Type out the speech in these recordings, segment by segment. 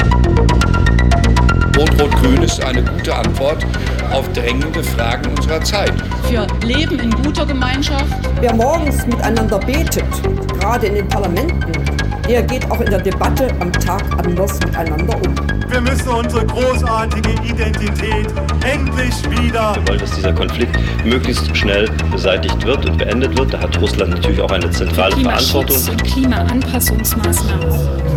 Rot-Rot-Grün ist eine gute Antwort auf drängende Fragen unserer Zeit. Wir leben in guter Gemeinschaft. Wer morgens miteinander betet, gerade in den Parlamenten, der geht auch in der Debatte am Tag anders miteinander um. Wir müssen unsere großartige Identität endlich wieder. Wir wollen, dass dieser Konflikt möglichst schnell beseitigt wird und beendet wird. Da hat Russland natürlich auch eine zentrale Verantwortung. Klimaschutz und Klimaanpassungsmaßnahmen.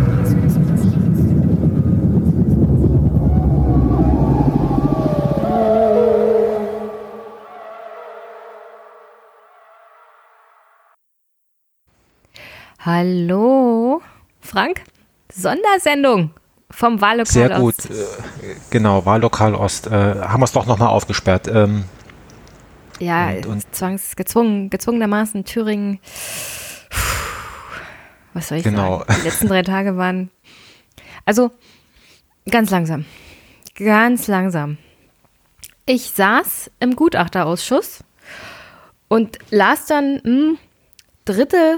Hallo, Frank, Sondersendung vom Wahllokal Ost. Sehr gut, genau, Wahllokal Ost. Haben wir es doch nochmal aufgesperrt. Ja, gezwungenermaßen Thüringen. Was soll ich sagen? Die letzten 3 Tage waren, also ganz langsam. Ich saß im Gutachterausschuss und las dann dritte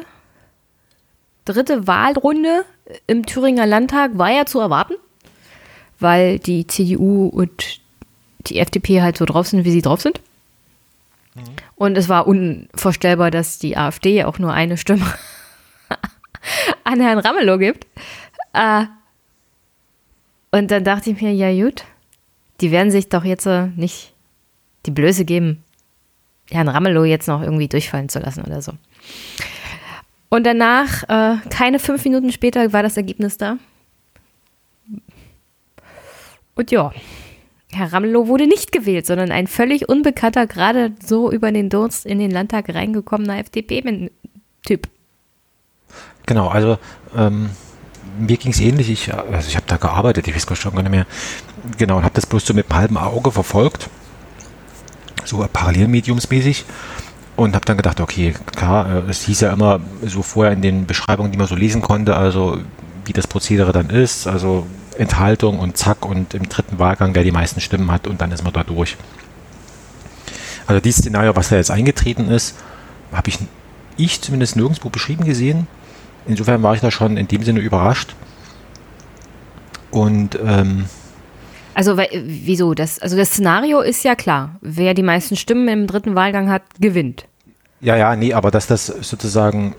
Wahlrunde im Thüringer Landtag war ja zu erwarten, weil die CDU und die FDP halt so drauf sind, wie sie drauf sind. Mhm. Und es war unvorstellbar, dass die AfD auch nur eine Stimme an Herrn Ramelow gibt. Und dann dachte ich mir, ja gut, die werden sich doch jetzt nicht die Blöße geben, Herrn Ramelow jetzt noch irgendwie durchfallen zu lassen oder so. Und danach, keine 5 Minuten später, war das Ergebnis da. Und ja, Herr Ramelow wurde nicht gewählt, sondern ein völlig unbekannter, gerade so über den Durst in den Landtag reingekommener FDP-Typ. Genau, also mir ging es ähnlich. Ich habe da gearbeitet, ich weiß gar nicht mehr. Genau, und habe das bloß so mit einem halben Auge verfolgt, so parallelmediumsmäßig. Und habe dann gedacht, okay, klar, es hieß ja immer so vorher in den Beschreibungen, die man so lesen konnte, also wie das Prozedere dann ist, also Enthaltung und zack und im 3. Wahlgang, wer die meisten Stimmen hat und dann ist man da durch. Also dieses Szenario, was da jetzt eingetreten ist, habe ich zumindest nirgendwo beschrieben gesehen. Insofern war ich da schon in dem Sinne überrascht. Und also wieso? Das Szenario ist ja klar. Wer die meisten Stimmen im 3. Wahlgang hat, gewinnt. Ja, nee, aber dass das sozusagen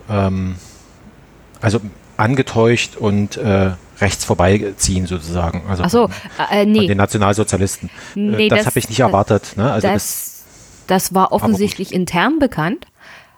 also angetäuscht und rechts vorbeiziehen sozusagen. Also ach so, nee. Von den Nationalsozialisten. Nee, das habe ich nicht erwartet. Ne? Also das war offensichtlich intern bekannt.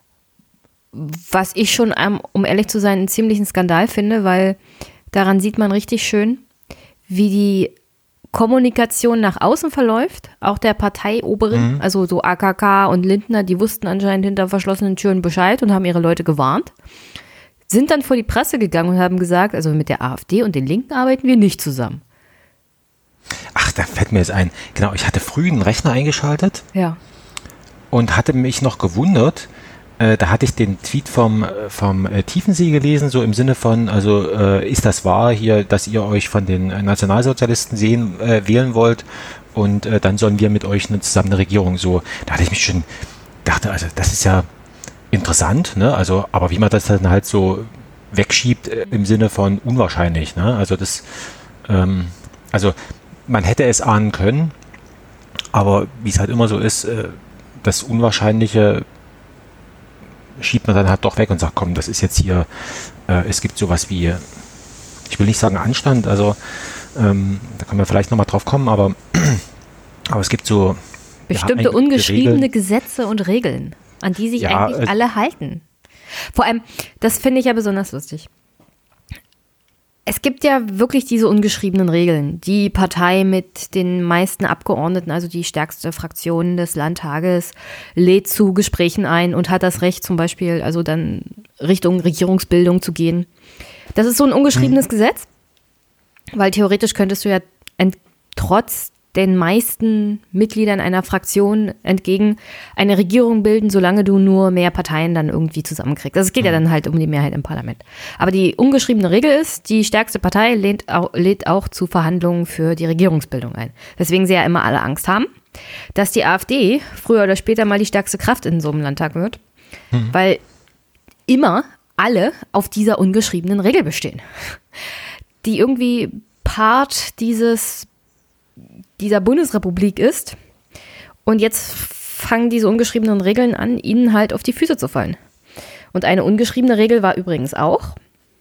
Was ich schon, um ehrlich zu sein, einen ziemlichen Skandal finde, weil daran sieht man richtig schön, wie die Kommunikation nach außen verläuft, auch der Parteioberen, also so AKK und Lindner, die wussten anscheinend hinter verschlossenen Türen Bescheid und haben ihre Leute gewarnt, sind dann vor die Presse gegangen und haben gesagt, also mit der AfD und den Linken arbeiten wir nicht zusammen. Ach, da fällt mir jetzt ein. Genau, ich hatte früh einen Rechner eingeschaltet und hatte mich noch gewundert, da hatte ich den Tweet vom Tiefensee gelesen, so im Sinne von, also ist das wahr hier, dass ihr euch von den Nationalsozialisten wählen wollt und dann sollen wir mit euch zusammen eine Regierung, so, da hatte ich mich schon, dachte, also das ist ja interessant, ne, also, aber wie man das dann halt so wegschiebt im Sinne von unwahrscheinlich, ne, also das, also man hätte es ahnen können, aber wie es halt immer so ist, das Unwahrscheinliche schiebt man dann halt doch weg und sagt, komm, das ist jetzt hier, es gibt sowas wie, ich will nicht sagen Anstand, also da können wir vielleicht nochmal drauf kommen, aber es gibt so bestimmte ungeschriebene Gesetze und Regeln, an die sich eigentlich alle halten. Vor allem, das finde ich ja besonders lustig. Es gibt ja wirklich diese ungeschriebenen Regeln. Die Partei mit den meisten Abgeordneten, also die stärkste Fraktion des Landtages, lädt zu Gesprächen ein und hat das Recht, zum Beispiel, also dann Richtung Regierungsbildung zu gehen. Das ist so ein ungeschriebenes Gesetz, weil theoretisch könntest du ja trotz den meisten Mitgliedern einer Fraktion entgegen eine Regierung bilden, solange du nur mehr Parteien dann irgendwie zusammenkriegst. Also es geht ja dann halt um die Mehrheit im Parlament. Aber die ungeschriebene Regel ist, die stärkste Partei lädt auch zu Verhandlungen für die Regierungsbildung ein. Weswegen sie ja immer alle Angst haben, dass die AfD früher oder später mal die stärkste Kraft in so einem Landtag wird, weil immer alle auf dieser ungeschriebenen Regel bestehen, die irgendwie Part dieser Bundesrepublik ist. Und jetzt fangen diese ungeschriebenen Regeln an, ihnen halt auf die Füße zu fallen. Und eine ungeschriebene Regel war übrigens auch,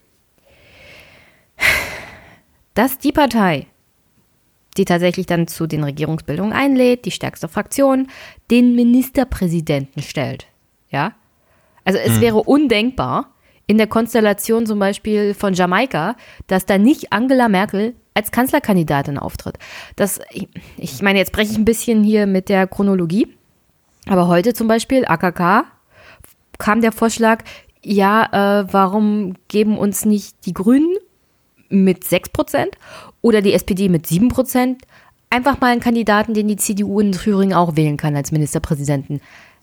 dass die Partei, die tatsächlich dann zu den Regierungsbildungen einlädt, die stärkste Fraktion, den Ministerpräsidenten stellt. Ja? Also es wäre undenkbar, in der Konstellation zum Beispiel von Jamaika, dass da nicht Angela Merkel als Kanzlerkandidatin auftritt. Ich meine, jetzt breche ich ein bisschen hier mit der Chronologie, aber heute zum Beispiel, AKK, kam der Vorschlag, warum geben uns nicht die Grünen mit 6% oder die SPD mit 7% einfach mal einen Kandidaten, den die CDU in Thüringen auch wählen kann als Ministerpräsidenten.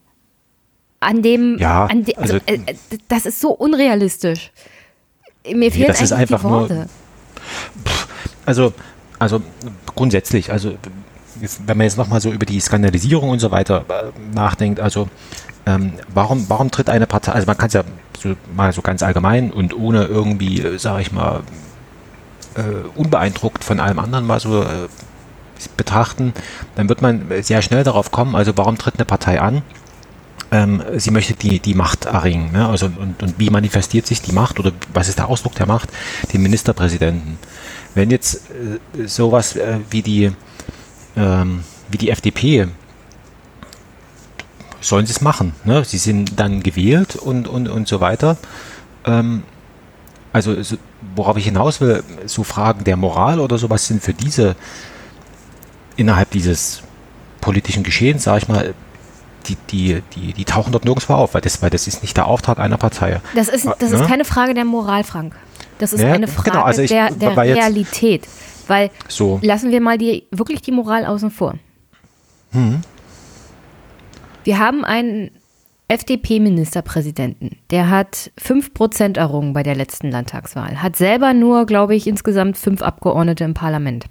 Das ist so unrealistisch. Mir fehlen das eigentlich ist einfach die Worte. Also grundsätzlich, wenn man jetzt nochmal so über die Skandalisierung und so weiter nachdenkt, warum tritt eine Partei, also man kann es ja mal so ganz allgemein und ohne irgendwie, sage ich mal, unbeeindruckt von allem anderen mal so betrachten, dann wird man sehr schnell darauf kommen, also warum tritt eine Partei an? Sie möchte die Macht erringen. Ne? Also, und wie manifestiert sich die Macht oder was ist der Ausdruck der Macht? Den Ministerpräsidenten. Wenn jetzt sowas wie die FDP, sollen sie es machen. Ne? Sie sind dann gewählt und so weiter. Worauf ich hinaus will, so Fragen der Moral oder sowas sind für diese innerhalb dieses politischen Geschehens, sage ich mal, die tauchen dort nirgendwo auf, weil das ist nicht der Auftrag einer Partei. Das ist keine Frage der Moral, Frank. Das ist eine Frage der Realität. Weil lassen wir mal wirklich die Moral außen vor. Wir haben einen FDP-Ministerpräsidenten, der hat 5% errungen bei der letzten Landtagswahl, hat selber nur, glaube ich, insgesamt 5 Abgeordnete im Parlament.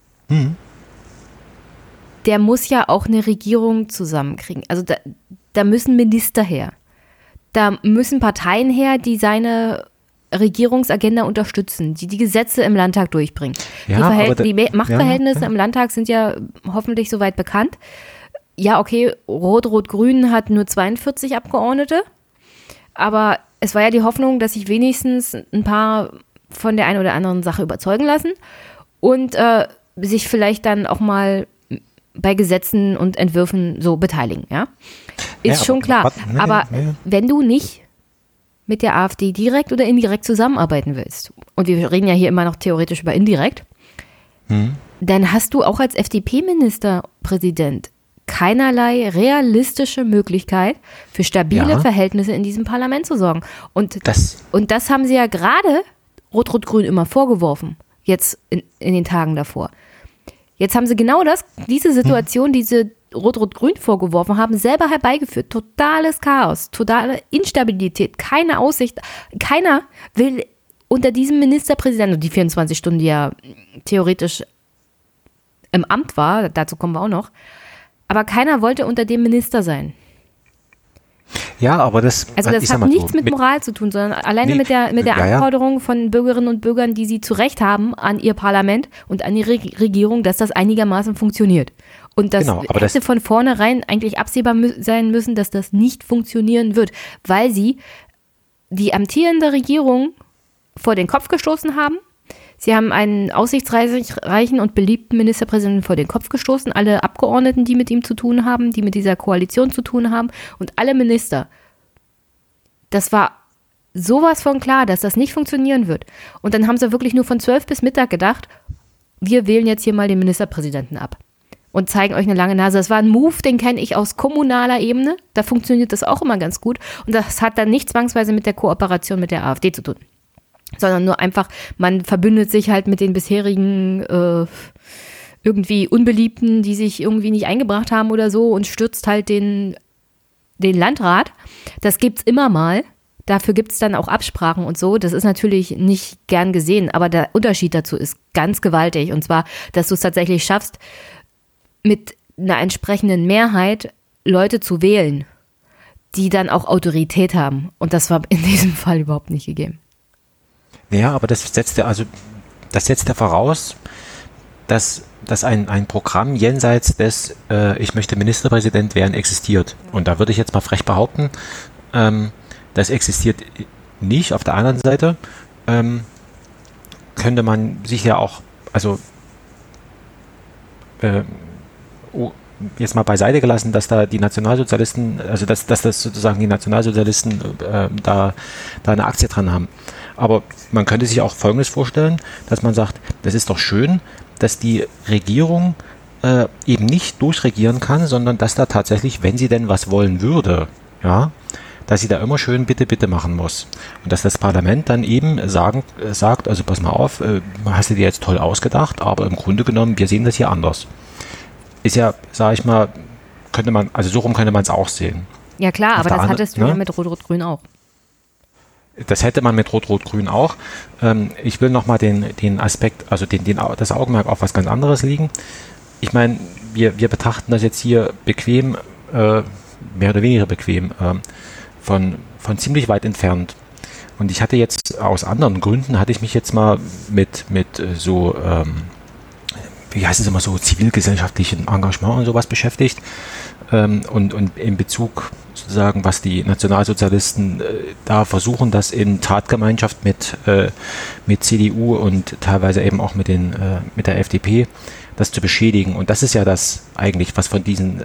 Der muss ja auch eine Regierung zusammenkriegen. Also da müssen Minister her. Da müssen Parteien her, die seine Regierungsagenda unterstützen, die Gesetze im Landtag durchbringen. Ja, die Machtverhältnisse im Landtag sind ja hoffentlich soweit bekannt. Ja, okay, Rot-Rot-Grün hat nur 42 Abgeordnete, aber es war ja die Hoffnung, dass sich wenigstens ein paar von der einen oder anderen Sache überzeugen lassen und sich vielleicht dann auch mal bei Gesetzen und Entwürfen so beteiligen, ja? Ist schon klar. Aber wenn du nicht mit der AfD direkt oder indirekt zusammenarbeiten willst, und wir reden ja hier immer noch theoretisch über indirekt, dann hast du auch als FDP-Ministerpräsident keinerlei realistische Möglichkeit für stabile Verhältnisse in diesem Parlament zu sorgen. Und das haben sie ja gerade Rot-Rot-Grün immer vorgeworfen, jetzt in den Tagen davor. Jetzt haben sie genau diese Situation, die sie Rot-Rot-Grün vorgeworfen haben, selber herbeigeführt. Totales Chaos, totale Instabilität, keine Aussicht. Keiner will unter diesem Ministerpräsidenten, die 24 Stunden, die ja theoretisch im Amt war, dazu kommen wir auch noch, aber keiner wollte unter dem Minister sein. Ja, aber das hat nichts mit Moral zu tun, sondern alleine mit der Anforderung von Bürgerinnen und Bürgern, die sie zu Recht haben an ihr Parlament und an ihre Regierung, dass das einigermaßen funktioniert. Und das hätte von vornherein eigentlich absehbar sein müssen, dass das nicht funktionieren wird, weil sie die amtierende Regierung vor den Kopf gestoßen haben. Sie haben einen aussichtsreichen und beliebten Ministerpräsidenten vor den Kopf gestoßen. Alle Abgeordneten, die mit ihm zu tun haben, die mit dieser Koalition zu tun haben und alle Minister. Das war sowas von klar, dass das nicht funktionieren wird. Und dann haben sie wirklich nur von 12 bis Mittag gedacht, wir wählen jetzt hier mal den Ministerpräsidenten ab und zeigen euch eine lange Nase. Das war ein Move, den kenne ich aus kommunaler Ebene. Da funktioniert das auch immer ganz gut. Und das hat dann nicht zwangsweise mit der Kooperation mit der AfD zu tun. Sondern nur einfach, man verbündet sich halt mit den bisherigen irgendwie Unbeliebten, die sich irgendwie nicht eingebracht haben oder so und stürzt halt den Landrat. Das gibt's immer mal. Dafür gibt's dann auch Absprachen und so. Das ist natürlich nicht gern gesehen, aber der Unterschied dazu ist ganz gewaltig. Und zwar, dass du es tatsächlich schaffst, mit einer entsprechenden Mehrheit Leute zu wählen, die dann auch Autorität haben. Und das war in diesem Fall überhaupt nicht gegeben. Ja, aber das setzt ja voraus, dass ein Programm jenseits des ich möchte Ministerpräsident werden existiert. Und da würde ich jetzt mal frech behaupten, das existiert nicht. Auf der anderen Seite könnte man sich ja auch, also jetzt mal beiseite gelassen, dass da die Nationalsozialisten, also dass das sozusagen die Nationalsozialisten da eine Aktie dran haben. Aber man könnte sich auch Folgendes vorstellen, dass man sagt, das ist doch schön, dass die Regierung eben nicht durchregieren kann, sondern dass da tatsächlich, wenn sie denn was wollen würde, ja, dass sie da immer schön bitte, bitte machen muss. Und dass das Parlament dann eben sagt, also pass mal auf, hast du dir jetzt toll ausgedacht, aber im Grunde genommen, wir sehen das hier anders. Ist ja, sage ich mal, so rum könnte man es auch sehen. Ja klar, aber das hattest du ja mit Rot-Rot-Grün auch. Das hätte man mit Rot-Rot-Grün auch. Ich will nochmal den Aspekt, also das Augenmerk auf was ganz anderes legen. Ich meine, wir betrachten das jetzt hier bequem, mehr oder weniger bequem, von ziemlich weit entfernt. Und ich hatte jetzt aus anderen Gründen, hatte ich mich jetzt mal mit so, wie heißt es immer so, zivilgesellschaftlichen Engagement und sowas beschäftigt. Und in Bezug sozusagen, was die Nationalsozialisten da versuchen, das in Tatgemeinschaft mit CDU und teilweise eben auch mit der FDP, das zu beschädigen. Und das ist ja das eigentlich, was von diesen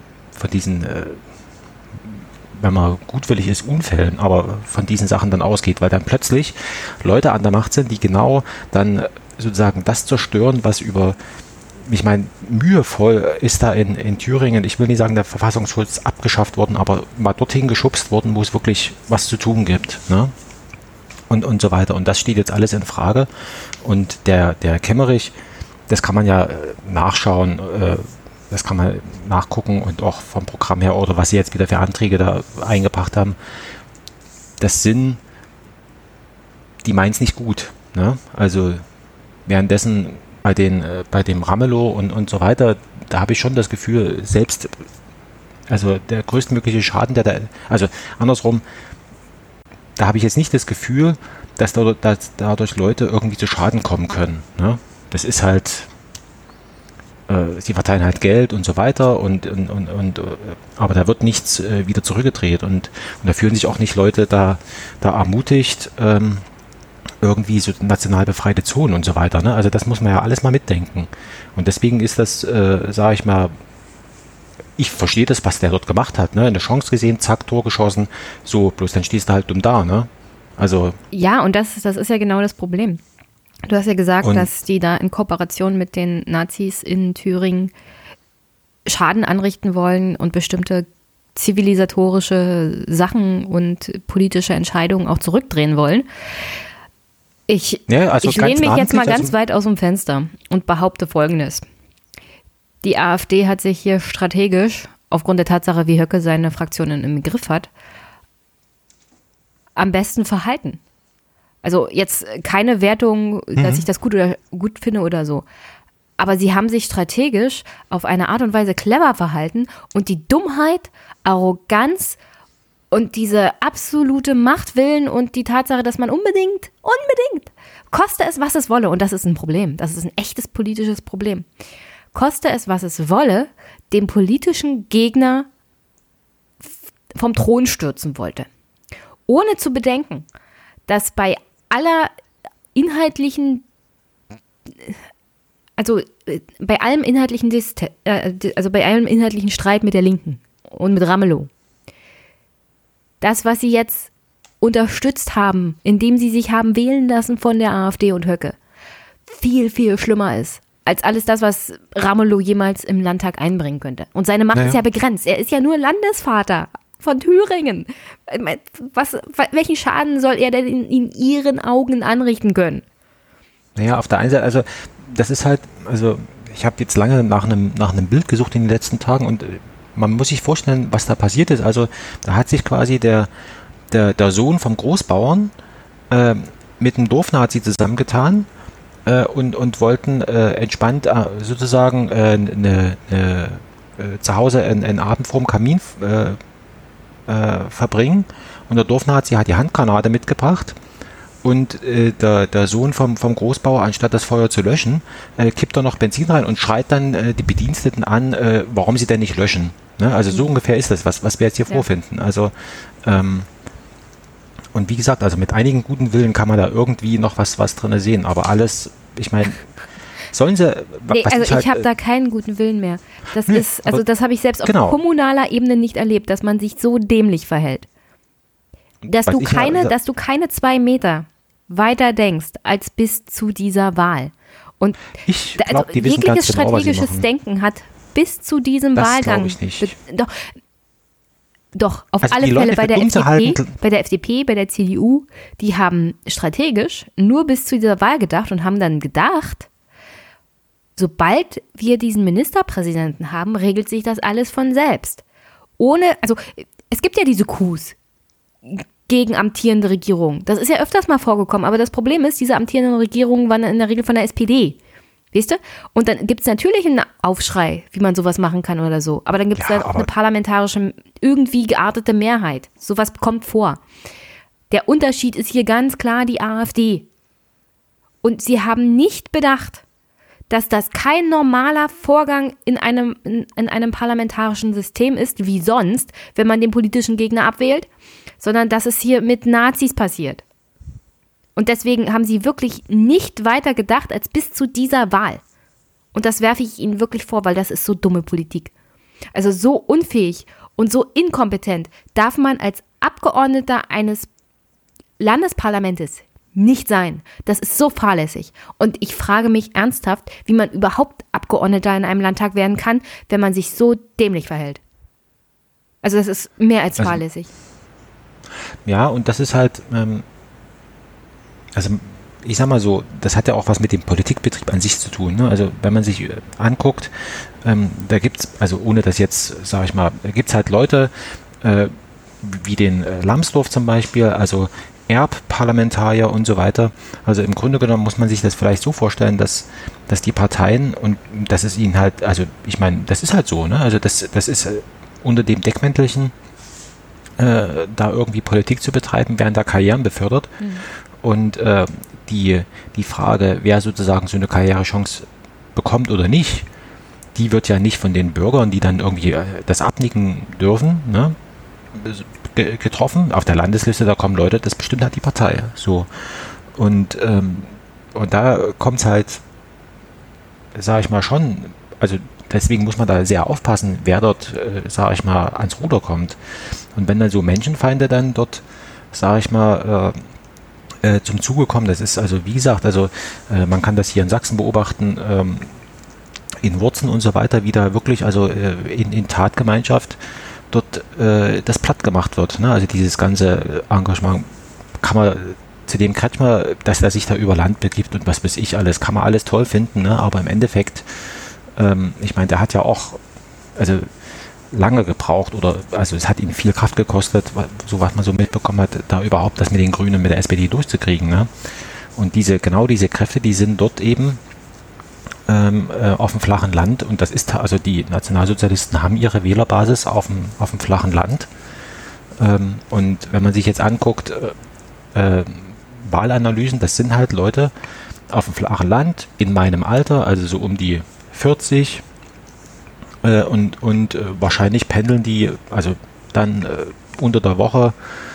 wenn man gutwillig ist, Unfällen, aber von diesen Sachen dann ausgeht, weil dann plötzlich Leute an der Macht sind, die genau dann sozusagen das zerstören, was ich meine, mühevoll ist da in Thüringen, ich will nicht sagen, der Verfassungsschutz abgeschafft worden, aber mal dorthin geschubst worden, wo es wirklich was zu tun gibt, ne? Und so weiter. Und das steht jetzt alles in Frage. Und der Kemmerich, das kann man ja nachschauen, das kann man nachgucken und auch vom Programm her oder was sie jetzt wieder für Anträge da eingebracht haben. Die meinen es nicht gut, ne? Also währenddessen bei dem Ramelow und so weiter, da habe ich schon das Gefühl, selbst, also der größtmögliche Schaden, also andersrum, da habe ich jetzt nicht das Gefühl, dass dadurch Leute irgendwie zu Schaden kommen können, ne? Das ist halt, sie verteilen halt Geld und so weiter aber da wird nichts wieder zurückgedreht und da fühlen sich auch nicht Leute da ermutigt, irgendwie so national befreite Zonen und so weiter, ne? Also das muss man ja alles mal mitdenken. Und deswegen ist das, sage ich mal, ich verstehe das, was der dort gemacht hat, ne? Eine Chance gesehen, zack, Tor geschossen, so, bloß dann stehst du halt dumm da, ne? Also. Ja, und das ist ja genau das Problem. Du hast ja gesagt, dass die da in Kooperation mit den Nazis in Thüringen Schaden anrichten wollen und bestimmte zivilisatorische Sachen und politische Entscheidungen auch zurückdrehen wollen. Ich lehne mich jetzt mal ganz weit aus dem Fenster und behaupte Folgendes. Die AfD hat sich hier strategisch, aufgrund der Tatsache, wie Höcke seine Fraktionen im Griff hat, am besten verhalten. Also jetzt keine Wertung, dass ich das gut finde oder so. Aber sie haben sich strategisch auf eine Art und Weise clever verhalten und die Dummheit, Arroganz und diese absolute Machtwillen und die Tatsache, dass man unbedingt, koste es, was es wolle, und das ist ein Problem, das ist ein echtes politisches Problem, koste es, was es wolle, den politischen Gegner vom Thron stürzen wollte. Ohne zu bedenken, dass bei allem inhaltlichen Streit mit der Linken und mit Ramelow, das, was sie jetzt unterstützt haben, indem sie sich haben wählen lassen von der AfD und Höcke, viel, viel schlimmer ist als alles das, was Ramelow jemals im Landtag einbringen könnte. Und seine Macht ist ja begrenzt. Er ist ja nur Landesvater von Thüringen. Welchen Schaden soll er denn in ihren Augen anrichten können? Naja, auf der einen Seite, also das ist halt, also ich habe jetzt lange nach einem Bild gesucht in den letzten Tagen und man muss sich vorstellen, was da passiert ist. Also da hat sich quasi der Sohn vom Großbauern mit einem Dorfnazi zusammengetan und wollten entspannt sozusagen zu Hause einen Abend vorm Kamin verbringen. Und der Dorfnazi hat die Handgranate mitgebracht und der Sohn vom Großbauer, anstatt das Feuer zu löschen, kippt er noch Benzin rein und schreit dann die Bediensteten an, warum sie denn nicht löschen. Ne? Also so ungefähr ist das, was wir jetzt hier vorfinden. Also und wie gesagt, also mit einigen guten Willen kann man da irgendwie noch was drin sehen, aber alles, ich meine, sollen sie... Nee, also ich habe da keinen guten Willen mehr. Das ist, also das habe ich selbst auf kommunaler Ebene nicht erlebt, dass man sich so dämlich verhält. Dass du keine 2 Meter weiter denkst als bis zu dieser Wahl. Und ich glaube, die wissen ganz genau, was sie machen. Strategisches Denken hat bis zu diesem Wahlgang... Das glaube ich nicht. Doch, auf alle Fälle bei der FDP, bei der CDU, die haben strategisch nur bis zu dieser Wahl gedacht und haben dann gedacht, sobald wir diesen Ministerpräsidenten haben, regelt sich das alles von selbst. Es gibt ja diese Coups gegen amtierende Regierungen. Das ist ja öfters mal vorgekommen, aber das Problem ist, diese amtierenden Regierungen waren in der Regel von der SPD. Weißt du? Und dann gibt es natürlich einen Aufschrei, wie man sowas machen kann oder so. Aber dann gibt es dann auch eine parlamentarische, irgendwie geartete Mehrheit. Sowas kommt vor. Der Unterschied ist hier ganz klar die AfD. Und sie haben nicht bedacht, dass das kein normaler Vorgang in einem parlamentarischen System ist, wie sonst, wenn man den politischen Gegner abwählt, sondern dass es hier mit Nazis passiert. Und deswegen haben sie wirklich nicht weiter gedacht als bis zu dieser Wahl. Und das werfe ich ihnen wirklich vor, weil das ist so dumme Politik. Also so unfähig und so inkompetent darf man als Abgeordneter eines Landesparlamentes nicht sein. Das ist so fahrlässig. Und ich frage mich ernsthaft, wie man überhaupt Abgeordneter in einem Landtag werden kann, wenn man sich so dämlich verhält. Also das ist mehr als fahrlässig. Ja, und das ist halt... Also ich sag mal so, das hat ja auch was mit dem Politikbetrieb an sich zu tun. Ne? Also wenn man sich anguckt, da gibt es, also ohne das jetzt, sage ich mal, gibt es halt Leute wie den Lambsdorff zum Beispiel, also Erbparlamentarier und so weiter. Also im Grunde genommen muss man sich das vielleicht so vorstellen, dass die Parteien, und das ist ihnen halt, also ich meine, das ist halt so, ne? Also das ist unter dem Deckmäntelchen da irgendwie Politik zu betreiben, werden da Karrieren befördert. Mhm. Und die Frage, wer sozusagen so eine Karrierechance bekommt oder nicht, die wird ja nicht von den Bürgern, die dann irgendwie das abnicken dürfen, ne, getroffen. Auf der Landesliste, da kommen Leute, das bestimmt halt die Partei. So. Und da kommt es halt, sage ich mal schon, also deswegen muss man da sehr aufpassen, wer dort, sage ich mal, ans Ruder kommt. Und wenn dann so Menschenfeinde dann dort, sage ich mal, zum Zuge kommen. Das ist also, wie gesagt, also man kann das hier in Sachsen beobachten, in Wurzen und so weiter, wie da wirklich also in Tatgemeinschaft dort das platt gemacht wird. Ne? Also dieses ganze Engagement kann man zu dem Kretschmer, dass er sich da über Land begibt und was weiß ich alles, kann man alles toll finden, ne? Aber im Endeffekt, ich meine, der hat ja auch also lange gebraucht oder also es hat ihn viel Kraft gekostet, so was man so mitbekommen hat, da überhaupt das mit den Grünen, mit der SPD durchzukriegen. Ne? Und diese Kräfte, die sind dort eben auf dem flachen Land und das ist, also die Nationalsozialisten haben ihre Wählerbasis auf dem flachen Land. Und wenn man sich jetzt anguckt, Wahlanalysen, das sind halt Leute auf dem flachen Land, in meinem Alter, also so um die 40, und wahrscheinlich pendeln die, also dann unter der Woche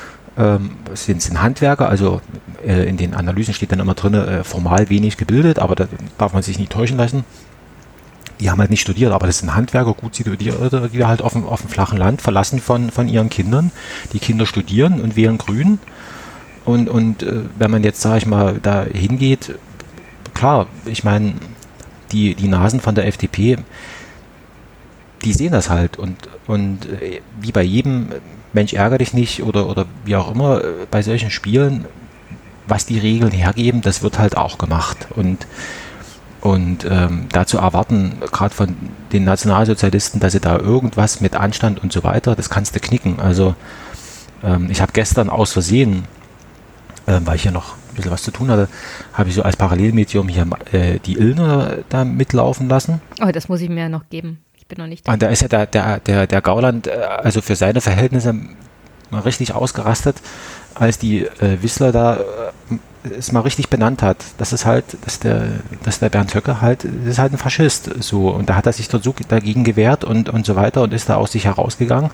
sind Handwerker, also in den Analysen steht dann immer drin, formal wenig gebildet, aber da darf man sich nicht täuschen lassen. Die haben halt nicht studiert, aber das sind Handwerker, gut situierte, die halt auf dem flachen Land, verlassen von ihren Kindern. Die Kinder studieren und wählen Grün. Und wenn man jetzt, sage ich mal, da hingeht, klar, ich meine, die Nasen von der FDP, die sehen das halt und wie bei jedem Mensch ärgere dich nicht oder wie auch immer bei solchen Spielen, was die Regeln hergeben, das wird halt auch gemacht und dazu erwarten, gerade von den Nationalsozialisten, dass sie da irgendwas mit Anstand und so weiter, das kannst du knicken. Also ich habe gestern aus Versehen, weil ich hier noch ein bisschen was zu tun hatte, habe ich so als Parallelmedium hier die Illner da mitlaufen lassen. Oh, das muss ich mir ja noch geben. Ich bin noch nicht da. Und da ist ja der Gauland, also für seine Verhältnisse mal richtig ausgerastet, als die Wissler da es mal richtig benannt hat. Das ist halt, dass der Bernd Höcke halt, das ist halt ein Faschist. So. Und da hat er sich dort so dagegen gewehrt und so weiter und ist da aus sich herausgegangen.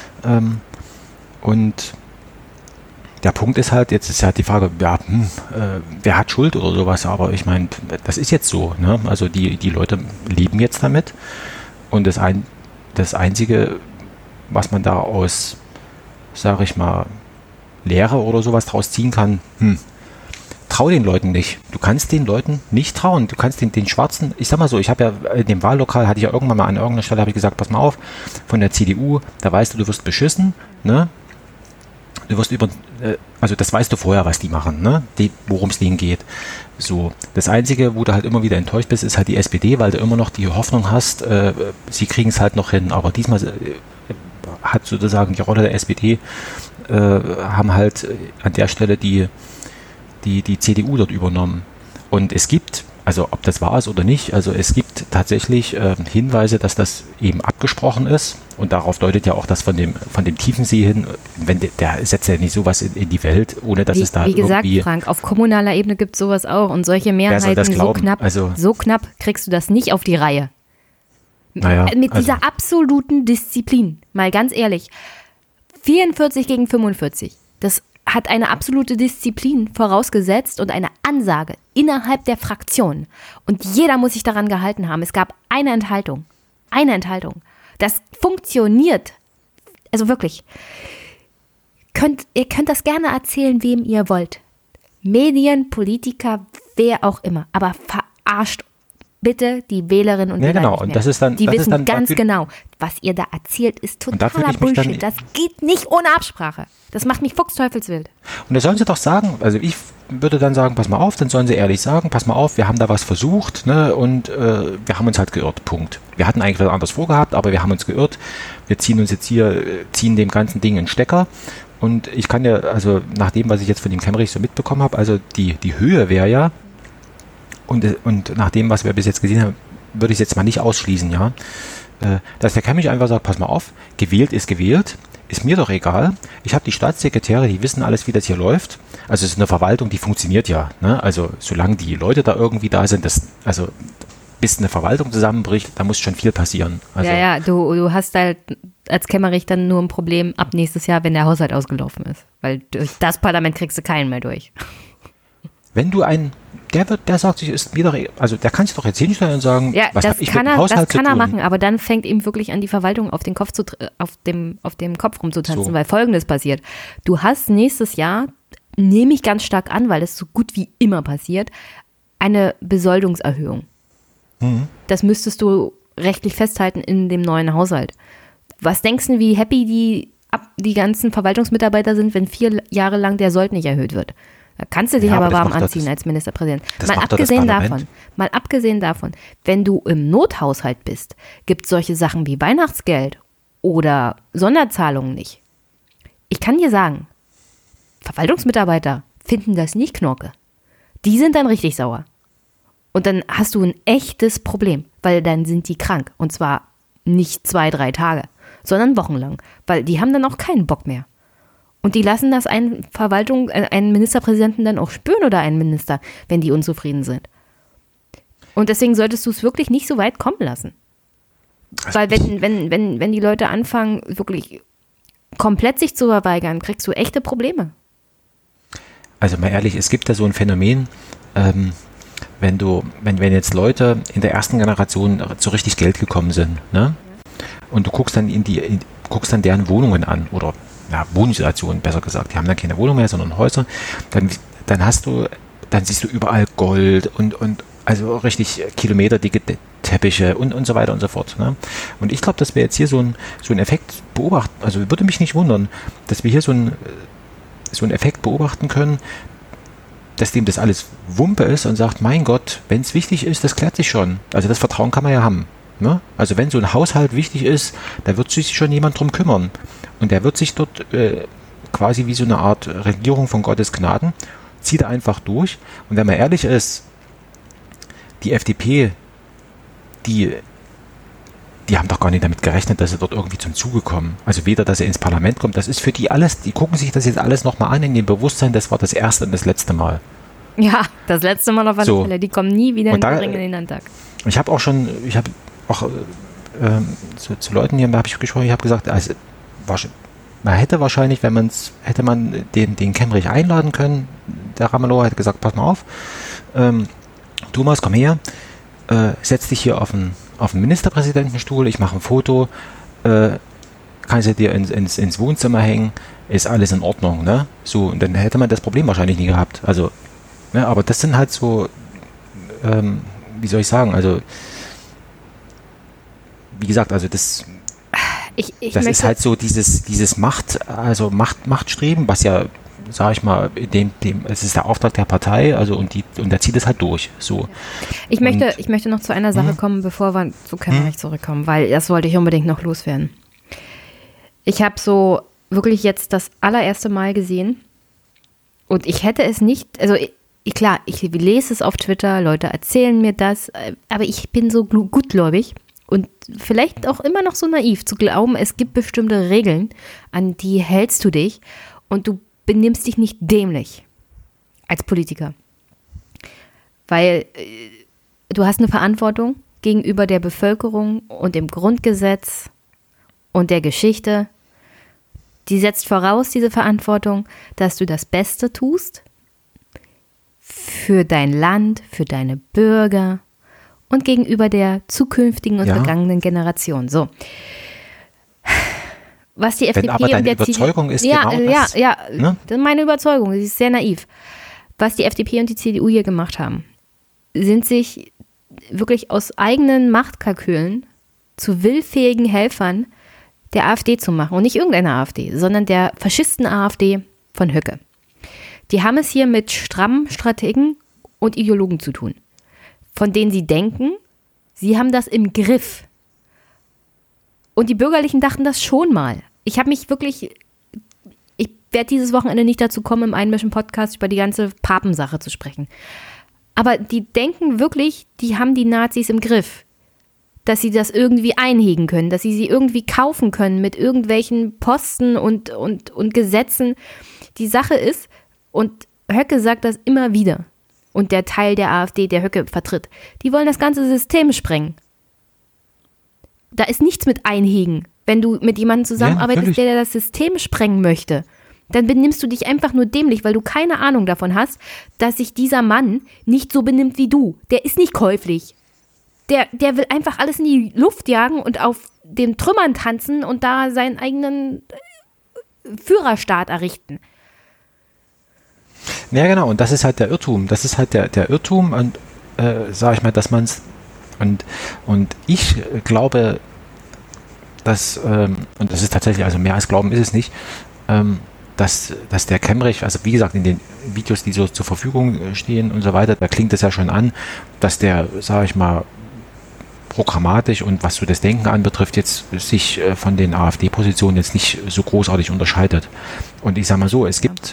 Und der Punkt ist halt, jetzt ist halt die Frage, ja, wer hat Schuld oder sowas, aber ich meine, das ist jetzt so. Ne? Also die Leute leben jetzt damit und das Einzige, was man da aus, sage ich mal, Lehre oder sowas draus ziehen kann, trau den Leuten nicht. Du kannst den Leuten nicht trauen. Du kannst den Schwarzen, ich sag mal so, ich habe ja in dem Wahllokal, hatte ich ja irgendwann mal an irgendeiner Stelle, habe ich gesagt, pass mal auf, von der CDU, da weißt du wirst beschissen, ne? Du wirst also das weißt du vorher, was die machen, ne? Worum es denen geht. So, das Einzige, wo du halt immer wieder enttäuscht bist, ist halt die SPD, weil du immer noch die Hoffnung hast, sie kriegen es halt noch hin. Aber diesmal hat sozusagen die Rolle der SPD, haben halt an der Stelle die CDU dort übernommen. Und es gibt, also ob das wahr ist oder nicht, also es gibt tatsächlich Hinweise, dass das eben abgesprochen ist. Und darauf deutet ja auch das von dem Tiefensee hin, wenn der setzt ja nicht sowas in die Welt, ohne dass es da irgendwie... Wie gesagt, irgendwie, Frank, auf kommunaler Ebene gibt es sowas auch. Und solche Mehrheiten, so knapp kriegst du das nicht auf die Reihe. Mit dieser absoluten Disziplin, mal ganz ehrlich. 44 gegen 45, das hat eine absolute Disziplin vorausgesetzt und eine Ansage innerhalb der Fraktion. Und jeder muss sich daran gehalten haben. Es gab eine Enthaltung. Das funktioniert. Also wirklich. Ihr könnt das gerne erzählen, wem ihr wollt. Medien, Politiker, wer auch immer. Aber verarscht bitte die Wählerinnen und Wähler nicht mehr. Und das ist dann, die wissen dann ganz genau, was ihr da erzählt, ist totaler Bullshit. Das geht nicht ohne Absprache. Das macht mich fuchsteufelswild. Und das sollen sie doch sagen. Also ich würde dann sagen, pass mal auf, dann sollen sie ehrlich sagen, pass mal auf, wir haben da was versucht, ne, und wir haben uns halt geirrt, Punkt. Wir hatten eigentlich was anderes vorgehabt, aber wir haben uns geirrt. Wir ziehen dem ganzen Ding einen Stecker. Und ich kann ja, also nach dem, was ich jetzt von dem Kemmerich so mitbekommen habe, also die Höhe wäre ja, und nach dem, was wir bis jetzt gesehen haben, würde ich es jetzt mal nicht ausschließen, ja, dass der Kemmerich einfach sagt, pass mal auf, gewählt, ist mir doch egal. Ich habe die Staatssekretäre, die wissen alles, wie das hier läuft. Also es ist eine Verwaltung, die funktioniert ja. Ne? Also solange die Leute da irgendwie da sind, bis eine Verwaltung zusammenbricht, da muss schon viel passieren. Also, ja, du hast halt als Kemmerich dann nur ein Problem ab nächstes Jahr, wenn der Haushalt ausgelaufen ist. Weil durch das Parlament kriegst du keinen mehr durch. Wenn du der sagt sich, ist mir doch, also der kann sich doch jetzt hinstellen und sagen, ja, was habe ich mit dem Haushalt zu tun? Das kann er machen, aber dann fängt ihm wirklich an, die Verwaltung auf dem Kopf rumzutanzen, weil Folgendes passiert. Du hast nächstes Jahr, nehme ich ganz stark an, weil das so gut wie immer passiert, eine Besoldungserhöhung. Mhm. Das müsstest du rechtlich festhalten in dem neuen Haushalt. Was denkst du, wie happy die ganzen Verwaltungsmitarbeiter sind, wenn 4 Jahre lang der Sold nicht erhöht wird? Da kannst du dich aber warm anziehen als Ministerpräsident. Mal abgesehen davon, wenn du im Nothaushalt bist, gibt es solche Sachen wie Weihnachtsgeld oder Sonderzahlungen nicht. Ich kann dir sagen, Verwaltungsmitarbeiter finden das nicht Knorke. Die sind dann richtig sauer. Und dann hast du ein echtes Problem, weil dann sind die krank. Und zwar nicht 2-3 Tage, sondern wochenlang. Weil die haben dann auch keinen Bock mehr. Und die lassen das einen Ministerpräsidenten dann auch spüren oder einen Minister, wenn die unzufrieden sind. Und deswegen solltest du es wirklich nicht so weit kommen lassen. Weil wenn die Leute anfangen, wirklich komplett sich zu verweigern, kriegst du echte Probleme. Also mal ehrlich, es gibt da so ein Phänomen, wenn jetzt Leute in der ersten Generation zu richtig Geld gekommen sind, ne? Und du guckst dann guckst dann deren Wohnungen an oder Wohnsituationen, besser gesagt. Die haben dann keine Wohnung mehr, sondern Häuser. Dann siehst du überall Gold und also richtig kilometerdicke Teppiche und so weiter und so fort. Ne? Und ich glaube, dass wir jetzt hier so einen Effekt beobachten, also würde mich nicht wundern, dass wir hier so einen Effekt beobachten können, dass dem das alles Wumpe ist und sagt, mein Gott, wenn es wichtig ist, das klärt sich schon. Also das Vertrauen kann man ja haben. Ne? Also wenn so ein Haushalt wichtig ist, da wird sich schon jemand drum kümmern. Und der wird sich dort quasi wie so eine Art Regierung von Gottes Gnaden, zieht er einfach durch. Und wenn man ehrlich ist, die FDP, die die haben doch gar nicht damit gerechnet, dass sie dort irgendwie zum Zuge kommen. Also weder, dass er ins Parlament kommt, das ist für die alles, die gucken sich das jetzt alles nochmal an in dem Bewusstsein, das war das erste und das letzte Mal. Ja, das letzte Mal auf alle Fälle, die kommen nie wieder in den Landtag. Ich habe auch zu Leuten hier, da habe ich gesprochen, ich habe gesagt, also, man hätte wahrscheinlich, hätte man den Kemmerich einladen können, der Ramelow hätte gesagt, pass mal auf, Thomas, komm her, setz dich hier auf den Ministerpräsidentenstuhl, ich mache ein Foto, kannst du dir ins Wohnzimmer hängen, ist alles in Ordnung, ne? So, und dann hätte man das Problem wahrscheinlich nie gehabt. Also, ne, aber das sind halt so, wie soll ich sagen, also, wie gesagt, also das ist halt so dieses Machtstreben, was ja, sag ich mal, es ist der Auftrag der Partei, also und der zieht es halt durch. So. Ich möchte noch zu einer Sache kommen, bevor wir zu Kemmerich zurückkommen, weil das wollte ich unbedingt noch loswerden. Ich habe so wirklich jetzt das allererste Mal gesehen und ich hätte es nicht, also klar, ich lese es auf Twitter, Leute erzählen mir das, aber ich bin so gutgläubig und vielleicht auch immer noch so naiv zu glauben, es gibt bestimmte Regeln, an die hältst du dich und du benimmst dich nicht dämlich als Politiker. Weil du hast eine Verantwortung gegenüber der Bevölkerung und dem Grundgesetz und der Geschichte. Die setzt voraus, diese Verantwortung, dass du das Beste tust für dein Land, für deine Bürger und gegenüber der zukünftigen und vergangenen Generation. So. Was die FDP aber deine Überzeugung ist genau das. Ne? Das ist meine Überzeugung, sie ist sehr naiv. Was die FDP und die CDU hier gemacht haben, sind sich wirklich aus eigenen Machtkalkülen zu willfähigen Helfern der AfD zu machen. Und nicht irgendeine AfD, sondern der Faschisten-AfD von Höcke. Die haben es hier mit strammen Strategen und Ideologen zu tun, von denen sie denken, sie haben das im Griff. Und die Bürgerlichen dachten das schon mal. Ich werde dieses Wochenende nicht dazu kommen, im Einmischen-Podcast über die ganze Papensache zu sprechen. Aber die denken wirklich, die haben die Nazis im Griff. Dass sie das irgendwie einhegen können, dass sie irgendwie kaufen können mit irgendwelchen Posten und Gesetzen. Die Sache ist, und Höcke sagt das immer wieder, und der Teil der AfD, der Höcke vertritt, die wollen das ganze System sprengen. Da ist nichts mit einhegen. Wenn du mit jemandem zusammenarbeitest, der das System sprengen möchte, dann benimmst du dich einfach nur dämlich, weil du keine Ahnung davon hast, dass sich dieser Mann nicht so benimmt wie du. Der ist nicht käuflich. Der will einfach alles in die Luft jagen und auf den Trümmern tanzen und da seinen eigenen Führerstaat errichten. Ja, genau. Und das ist halt der Irrtum. Das ist halt der Irrtum und, sag ich mal, dass man es und ich glaube, dass, und das ist tatsächlich, also mehr als Glauben ist es nicht, dass der Kemmerich, also wie gesagt, in den Videos, die so zur Verfügung stehen und so weiter, da klingt es ja schon an, dass der, sag ich mal, programmatisch und was so das Denken anbetrifft, jetzt sich von den AfD-Positionen jetzt nicht so großartig unterscheidet. Und ich sage mal so, es gibt,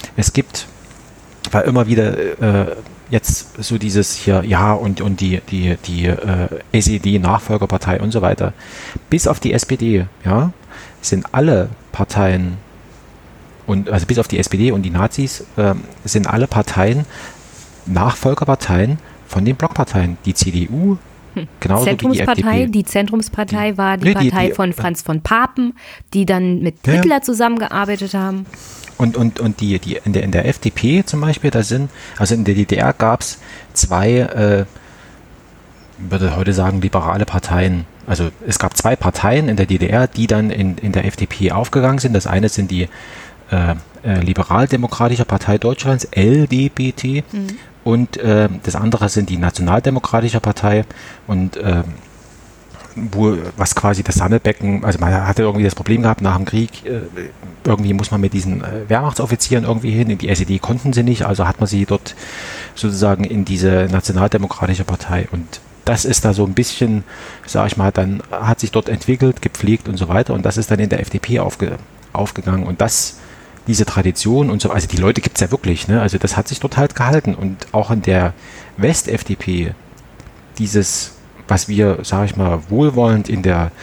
weil immer wieder jetzt so dieses hier, ja, und die SED-Nachfolgerpartei und so weiter, bis auf die SPD, ja, sind alle Parteien, und also bis auf die SPD und die Nazis, sind alle Parteien Nachfolgerparteien von den Blockparteien. Die CDU, genauso wie die FDP. Die Zentrumspartei war die Partei von Franz von Papen, die dann mit Hitler zusammengearbeitet haben. Und die in der FDP zum Beispiel, also in der DDR gab es zwei, würde heute sagen, liberale Parteien. Also es gab zwei Parteien in der DDR, die dann in der FDP aufgegangen sind. Das eine sind die Liberaldemokratische Partei Deutschlands, LDPT, und das andere sind die Nationaldemokratische Partei und was quasi das Sammelbecken, also man hatte irgendwie das Problem gehabt nach dem Krieg, irgendwie muss man mit diesen Wehrmachtsoffizieren irgendwie hin, in die SED konnten sie nicht, also hat man sie dort sozusagen in diese Nationaldemokratische Partei und das ist da so ein bisschen, sag ich mal, dann hat sich dort entwickelt, gepflegt und so weiter und das ist dann in der FDP aufgegangen und diese Tradition und so, also die Leute gibt es ja wirklich, ne? Also das hat sich dort halt gehalten und auch in der West-FDP dieses was wir, sage ich mal, wohlwollend in der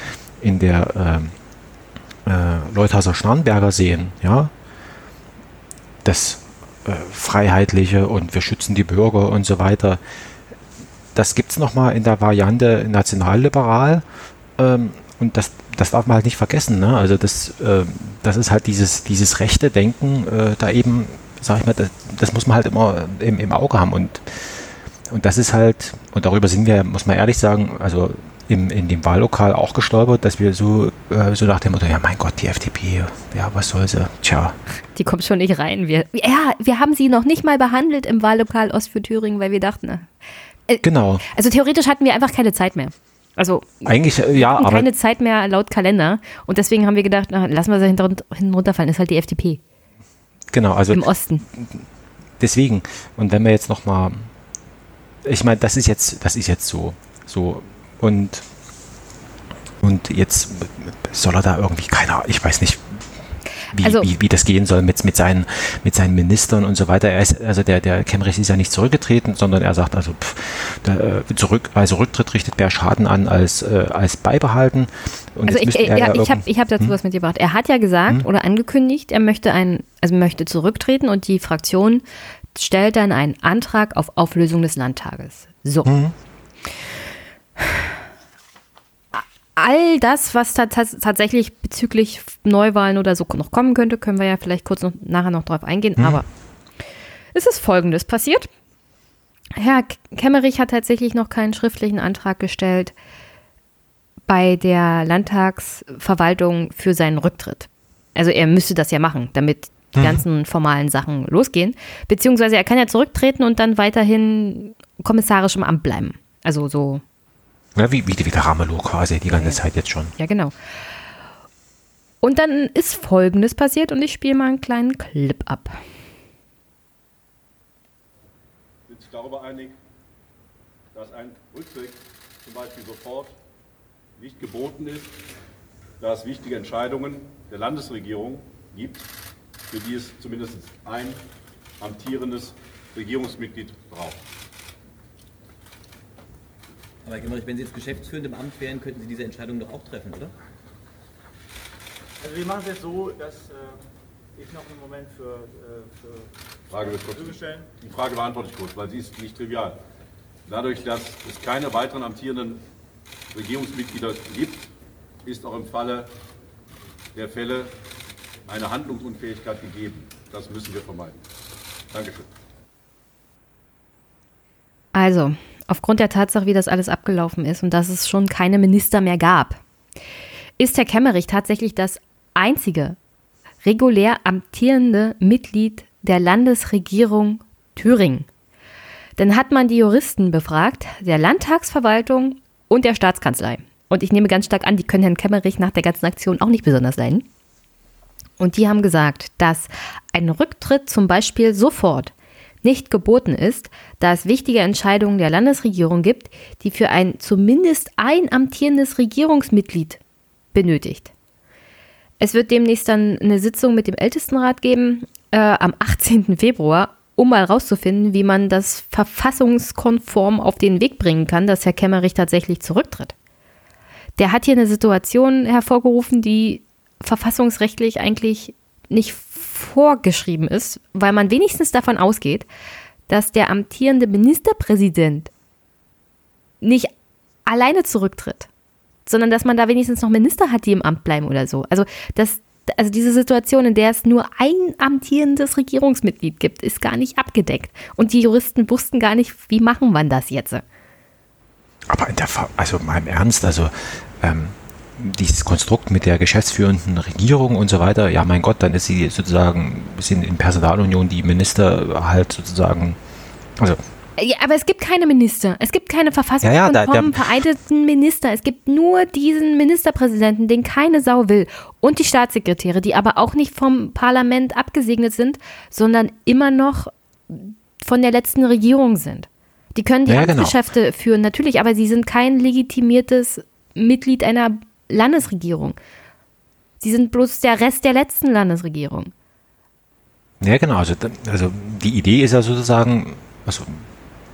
Leuthauser-Schnarrenberger sehen, ja, das Freiheitliche und wir schützen die Bürger und so weiter, das gibt es nochmal in der Variante nationalliberal, und das darf man halt nicht vergessen, ne? Also das ist halt dieses rechte Denken, da eben, sag ich mal, das muss man halt immer im Auge haben und das ist halt, und darüber sind wir, muss man ehrlich sagen, also in dem Wahllokal auch gestolpert, dass wir so nach dem Motto, ja mein Gott, die FDP, ja was soll sie, tja. Die kommt schon nicht rein. Wir haben sie noch nicht mal behandelt im Wahllokal Ost für Thüringen, weil wir dachten, genau. Also theoretisch hatten wir einfach keine Zeit mehr. Also eigentlich, ja, aber keine Zeit mehr laut Kalender und deswegen haben wir gedacht, lassen wir sie hinten runterfallen, ist halt die FDP. Genau, also im Osten. Deswegen, und wenn wir jetzt nochmal, ich meine, das ist jetzt so und jetzt soll er da irgendwie, ich weiß nicht, wie das gehen soll mit seinen Ministern und so weiter. Der Kemmerich ist ja nicht zurückgetreten, sondern er sagt Rücktritt richtet mehr Schaden an als beibehalten. Und also ich habe dazu was mitgebracht. Er hat ja gesagt oder angekündigt, er möchte zurücktreten und die Fraktion stellt dann einen Antrag auf Auflösung des Landtages. So. All das, was tatsächlich bezüglich Neuwahlen oder so noch kommen könnte, können wir ja vielleicht kurz nachher noch drauf eingehen. Aber es ist Folgendes passiert. Herr Kemmerich hat tatsächlich noch keinen schriftlichen Antrag gestellt bei der Landtagsverwaltung für seinen Rücktritt. Also er müsste das ja machen, damit die ganzen formalen Sachen losgehen. Beziehungsweise er kann ja zurücktreten und dann weiterhin kommissarisch im Amt bleiben. Also so. Ja, wie der Ramelow quasi die ganze Zeit jetzt schon. Ja, genau. Und dann ist Folgendes passiert und ich spiele mal einen kleinen Clip ab. Sind sich darüber einig, dass ein Rücktritt zum Beispiel sofort nicht geboten ist, da es wichtige Entscheidungen der Landesregierung gibt, für die es zumindest ein amtierendes Regierungsmitglied braucht? Aber Herr Kemmerich, wenn Sie jetzt geschäftsführend im Amt wären, könnten Sie diese Entscheidung doch auch treffen, oder? Also wir machen es jetzt so, dass ich noch einen Moment für Frage wird kurz stellen. Die Frage beantworte ich kurz, weil sie ist nicht trivial. Dadurch, dass es keine weiteren amtierenden Regierungsmitglieder gibt, ist auch im Falle der Fälle eine Handlungsunfähigkeit gegeben. Das müssen wir vermeiden. Dankeschön. Also, aufgrund der Tatsache, wie das alles abgelaufen ist und dass es schon keine Minister mehr gab, ist Herr Kemmerich tatsächlich das einzige regulär amtierende Mitglied der Landesregierung Thüringen. Dann hat man die Juristen befragt, der Landtagsverwaltung und der Staatskanzlei. Und ich nehme ganz stark an, die können Herrn Kemmerich nach der ganzen Aktion auch nicht besonders leiden. Und die haben gesagt, dass ein Rücktritt zum Beispiel sofort nicht geboten ist, da es wichtige Entscheidungen der Landesregierung gibt, die für zumindest ein amtierendes Regierungsmitglied benötigt. Es wird demnächst dann eine Sitzung mit dem Ältestenrat geben, am 18. Februar, um mal rauszufinden, wie man das verfassungskonform auf den Weg bringen kann, dass Herr Kemmerich tatsächlich zurücktritt. Der hat hier eine Situation hervorgerufen, die verfassungsrechtlich eigentlich nicht vorgeschrieben ist, weil man wenigstens davon ausgeht, dass der amtierende Ministerpräsident nicht alleine zurücktritt, sondern dass man da wenigstens noch Minister hat, die im Amt bleiben oder so. Also diese Situation, in der es nur ein amtierendes Regierungsmitglied gibt, ist gar nicht abgedeckt. Und die Juristen wussten gar nicht, wie machen wir das jetzt? Aber mal im Ernst, dieses Konstrukt mit der geschäftsführenden Regierung und so weiter, ja mein Gott, dann ist sie sozusagen, sind in Personalunion die Minister halt sozusagen, also. Ja, aber es gibt keine Minister, es gibt keine verfassungskonformen vereideten Minister, es gibt nur diesen Ministerpräsidenten, den keine Sau will und die Staatssekretäre, die aber auch nicht vom Parlament abgesegnet sind, sondern immer noch von der letzten Regierung sind. Die können die Amtsgeschäfte führen, natürlich, aber sie sind kein legitimiertes Mitglied einer Landesregierung. Sie sind bloß der Rest der letzten Landesregierung. Ja, genau. Also die Idee ist ja sozusagen,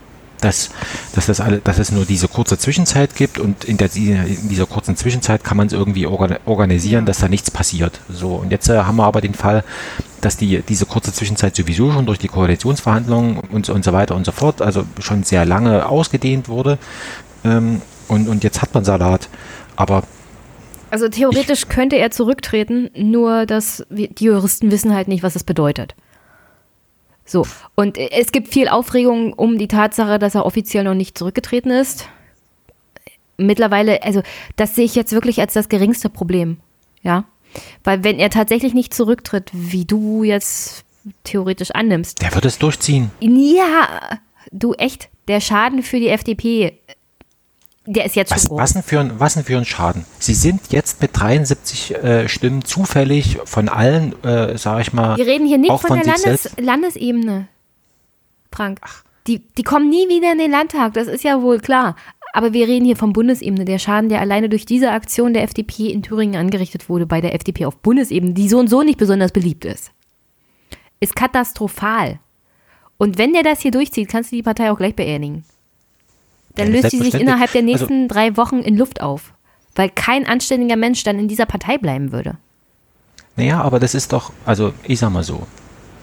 dass es nur diese kurze Zwischenzeit gibt und in dieser kurzen Zwischenzeit kann man es irgendwie organisieren, dass da nichts passiert. So, und jetzt haben wir aber den Fall, dass diese kurze Zwischenzeit sowieso schon durch die Koalitionsverhandlungen und so weiter und so fort, also schon sehr lange ausgedehnt wurde. Und jetzt hat man Salat. Aber also theoretisch könnte er zurücktreten, nur dass die Juristen wissen halt nicht, was das bedeutet. So, und es gibt viel Aufregung um die Tatsache, dass er offiziell noch nicht zurückgetreten ist. Mittlerweile, also das sehe ich jetzt wirklich als das geringste Problem, ja. Weil wenn er tatsächlich nicht zurücktritt, wie du jetzt theoretisch annimmst. Der wird es durchziehen. Ja, du echt, der Schaden für die FDP, der ist jetzt schon groß. Was denn für ein Schaden? Sie sind jetzt mit 73 Stimmen zufällig von allen, sage ich mal. Wir reden hier nicht von der Landesebene, Frank. Die kommen nie wieder in den Landtag, das ist ja wohl klar. Aber wir reden hier von Bundesebene. Der Schaden, der alleine durch diese Aktion der FDP in Thüringen angerichtet wurde, bei der FDP auf Bundesebene, die so und so nicht besonders beliebt ist katastrophal. Und wenn der das hier durchzieht, kannst du die Partei auch gleich beerdigen. Dann löst sie sich innerhalb der nächsten 3 Wochen in Luft auf, weil kein anständiger Mensch dann in dieser Partei bleiben würde. Naja, aber das ist doch, also ich sag mal so,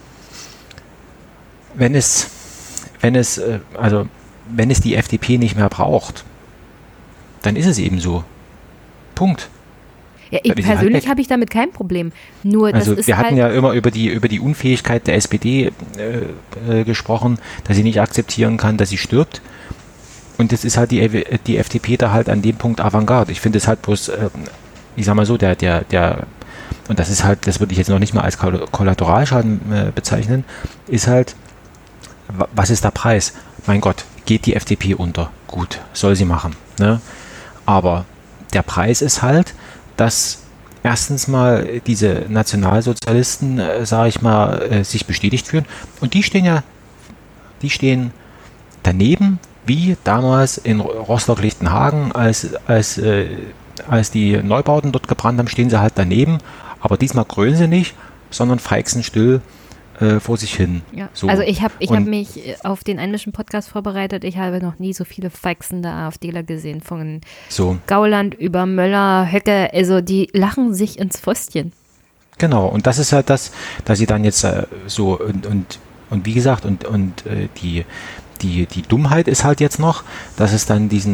wenn es die FDP nicht mehr braucht, dann ist es eben so. Punkt. Ja, ich persönlich habe ich damit kein Problem. Nur das ist wir hatten ja immer über die Unfähigkeit der SPD gesprochen, dass sie nicht akzeptieren kann, dass sie stirbt. Und das ist halt die FDP da halt an dem Punkt Avantgarde. Ich finde es halt bloß, ich sag mal so, und das ist halt, das würde ich jetzt noch nicht mal als Kollateralschaden bezeichnen, ist halt, was ist der Preis? Mein Gott, geht die FDP unter? Gut, soll sie machen. Ne? Aber der Preis ist halt, dass erstens mal diese Nationalsozialisten, sage ich mal, sich bestätigt fühlen. Und die stehen daneben, wie damals in Rostock-Lichtenhagen, als die Neubauten dort gebrannt haben, stehen sie halt daneben. Aber diesmal grölen sie nicht, sondern feixen still vor sich hin. Ja. So. Also ich hab mich auf den Einmischen-Podcast vorbereitet. Ich habe noch nie so viele feixende AfDler gesehen. Von Gauland über Möller, Höcke. Also die lachen sich ins Pfostchen. Genau. Und das ist halt das, dass sie dann jetzt so und wie gesagt und die Dummheit ist halt jetzt noch, dass es dann diesen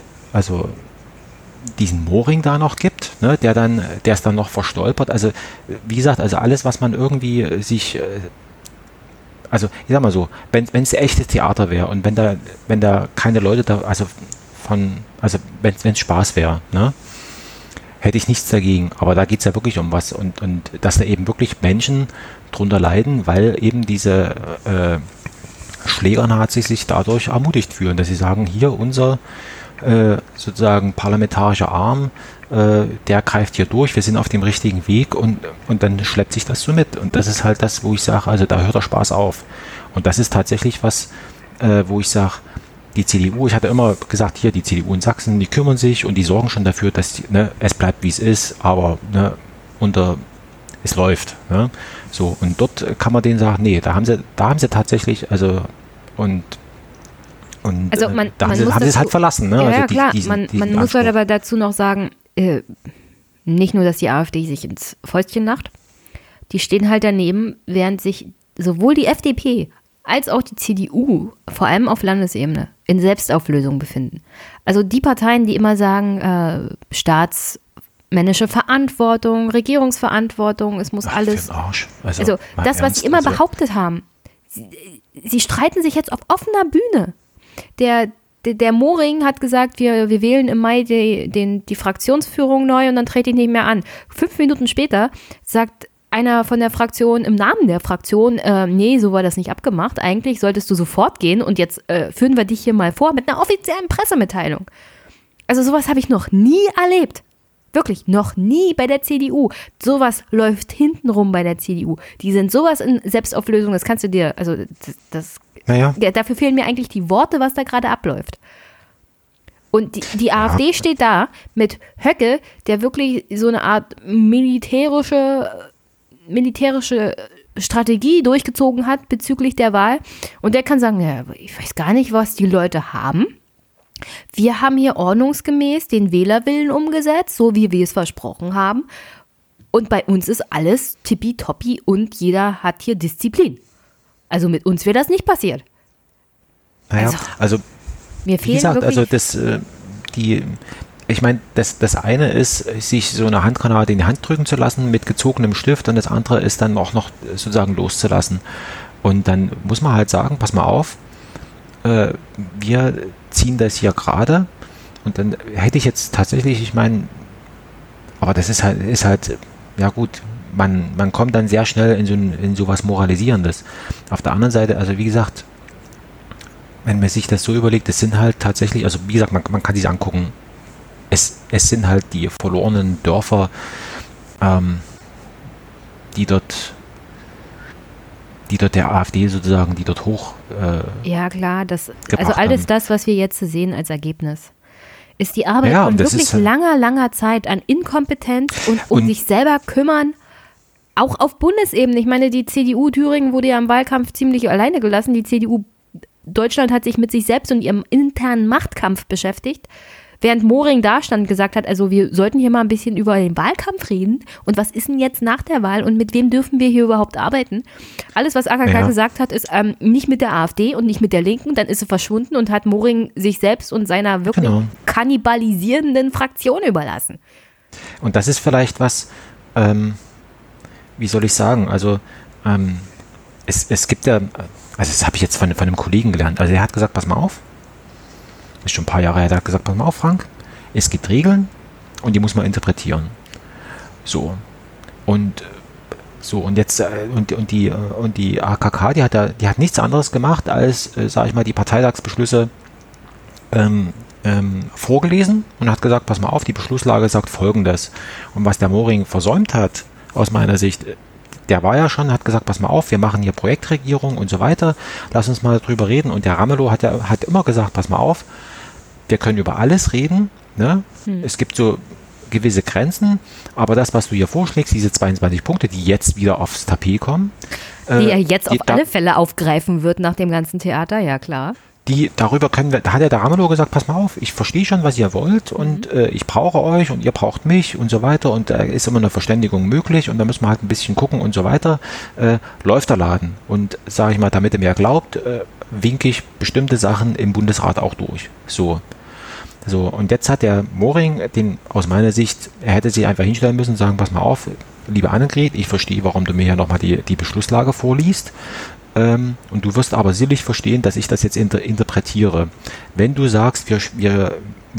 Moring da noch gibt, ne, der es dann noch verstolpert. Also wie gesagt, also alles, was man irgendwie sich, also ich sag mal so, wenn es echtes Theater wäre und wenn da keine Leute da, wenn es Spaß wäre, ne, hätte ich nichts dagegen. Aber da geht es ja wirklich um was und dass da eben wirklich Menschen drunter leiden, weil eben diese Schlägernazis sich dadurch ermutigt fühlen, dass sie sagen, hier unser sozusagen parlamentarischer Arm, der greift hier durch, wir sind auf dem richtigen Weg und dann schleppt sich das so mit. Und das ist halt das, wo ich sage, also da hört der Spaß auf. Und das ist tatsächlich was, wo ich sage, die CDU, ich hatte immer gesagt, hier die CDU in Sachsen, die kümmern sich und die sorgen schon dafür, dass es bleibt, wie es ist, aber es läuft. Ne? So, und dort kann man denen sagen, nee, da haben sie tatsächlich, also haben sie es halt verlassen. Ne? Ja, also klar. Man muss halt aber dazu noch sagen, nicht nur, dass die AfD sich ins Fäustchen lacht, die stehen halt daneben, während sich sowohl die FDP als auch die CDU, vor allem auf Landesebene, in Selbstauflösung befinden. Also die Parteien, die immer sagen, staatsmännische Verantwortung, Regierungsverantwortung, es muss alles. Also das, was sie immer behauptet haben, sie streiten sich jetzt auf offener Bühne. Der Moring hat gesagt, wir wählen im Mai die Fraktionsführung neu und dann trete ich nicht mehr an. 5 Minuten später sagt einer von der Fraktion im Namen der Fraktion, nee, so war das nicht abgemacht. Eigentlich solltest du sofort gehen und jetzt führen wir dich hier mal vor mit einer offiziellen Pressemitteilung. Also sowas habe ich noch nie erlebt. Wirklich, noch nie bei der CDU. Sowas läuft hintenrum bei der CDU. Die sind sowas in Selbstauflösung, das kannst du dir, also dafür fehlen mir eigentlich die Worte, was da gerade abläuft. Und die AfD steht da mit Höcke, der wirklich so eine Art militärische Strategie durchgezogen hat bezüglich der Wahl. Und der kann sagen, ja, ich weiß gar nicht, was die Leute haben. Wir haben hier ordnungsgemäß den Wählerwillen umgesetzt, so wie wir es versprochen haben. Und bei uns ist alles tippitoppi und jeder hat hier Disziplin. Also mit uns wäre das nicht passiert. Naja, also mir fehlen wirklich ich meine, das eine ist, sich so eine Handgranate in die Hand drücken zu lassen mit gezogenem Stift und das andere ist dann auch noch sozusagen loszulassen. Und dann muss man halt sagen, pass mal auf, wir ziehen das hier gerade und dann hätte ich jetzt tatsächlich, ich meine, aber das ist halt, ja gut, man kommt dann sehr schnell in sowas Moralisierendes. Auf der anderen Seite, also wie gesagt, wenn man sich das so überlegt, es sind halt tatsächlich, also wie gesagt, man kann sich angucken, es sind halt die verlorenen Dörfer, die dort der AfD sozusagen, die dort hoch ja klar, also alles das, was wir jetzt sehen als Ergebnis, ist die Arbeit von wirklich langer Zeit an Inkompetenz und um sich selber kümmern, auch auf Bundesebene. Ich meine, die CDU Thüringen wurde ja im Wahlkampf ziemlich alleine gelassen. Die CDU Deutschland hat sich mit sich selbst und ihrem internen Machtkampf beschäftigt. Während Moring da stand und gesagt hat, also wir sollten hier mal ein bisschen über den Wahlkampf reden und was ist denn jetzt nach der Wahl und mit wem dürfen wir hier überhaupt arbeiten? Alles, was AKK gesagt hat, ist nicht mit der AfD und nicht mit der Linken, dann ist sie verschwunden und hat Moring sich selbst und seiner wirklich kannibalisierenden Fraktion überlassen. Und das ist vielleicht was, wie soll ich sagen, also es gibt ja, also das habe ich jetzt von einem Kollegen gelernt, also er hat gesagt, pass mal auf, ist schon ein paar Jahre her, der hat gesagt, pass mal auf, Frank, es gibt Regeln und die muss man interpretieren. So. Und jetzt, und die AKK, die hat nichts anderes gemacht, als, sage ich mal, die Parteitagsbeschlüsse vorgelesen und hat gesagt, pass mal auf, die Beschlusslage sagt Folgendes. Und was der Moring versäumt hat, aus meiner Sicht, der war ja schon, hat gesagt, pass mal auf, wir machen hier Projektregierung und so weiter, lass uns mal drüber reden. Und der Ramelow hat immer gesagt, pass mal auf, wir können über alles reden, ne? Es gibt so gewisse Grenzen, aber das, was du hier vorschlägst, diese 22 Punkte, die jetzt wieder aufs Tapet kommen. Die er jetzt auf alle Fälle aufgreifen wird nach dem ganzen Theater, ja klar. Darüber da hat ja der Ramelow gesagt, pass mal auf, ich verstehe schon, was ihr wollt und ich brauche euch und ihr braucht mich und so weiter und da ist immer eine Verständigung möglich und da müssen wir halt ein bisschen gucken und so weiter. Läuft der Laden und sage ich mal, damit ihr mir glaubt, winke ich bestimmte Sachen im Bundesrat auch durch. So, und jetzt hat der Moring, aus meiner Sicht, er hätte sich einfach hinstellen müssen und sagen, pass mal auf, liebe Annegret, ich verstehe, warum du mir hier nochmal die Beschlusslage vorliest. Und du wirst aber sicherlich verstehen, dass ich das jetzt interpretiere. Wenn du sagst, wir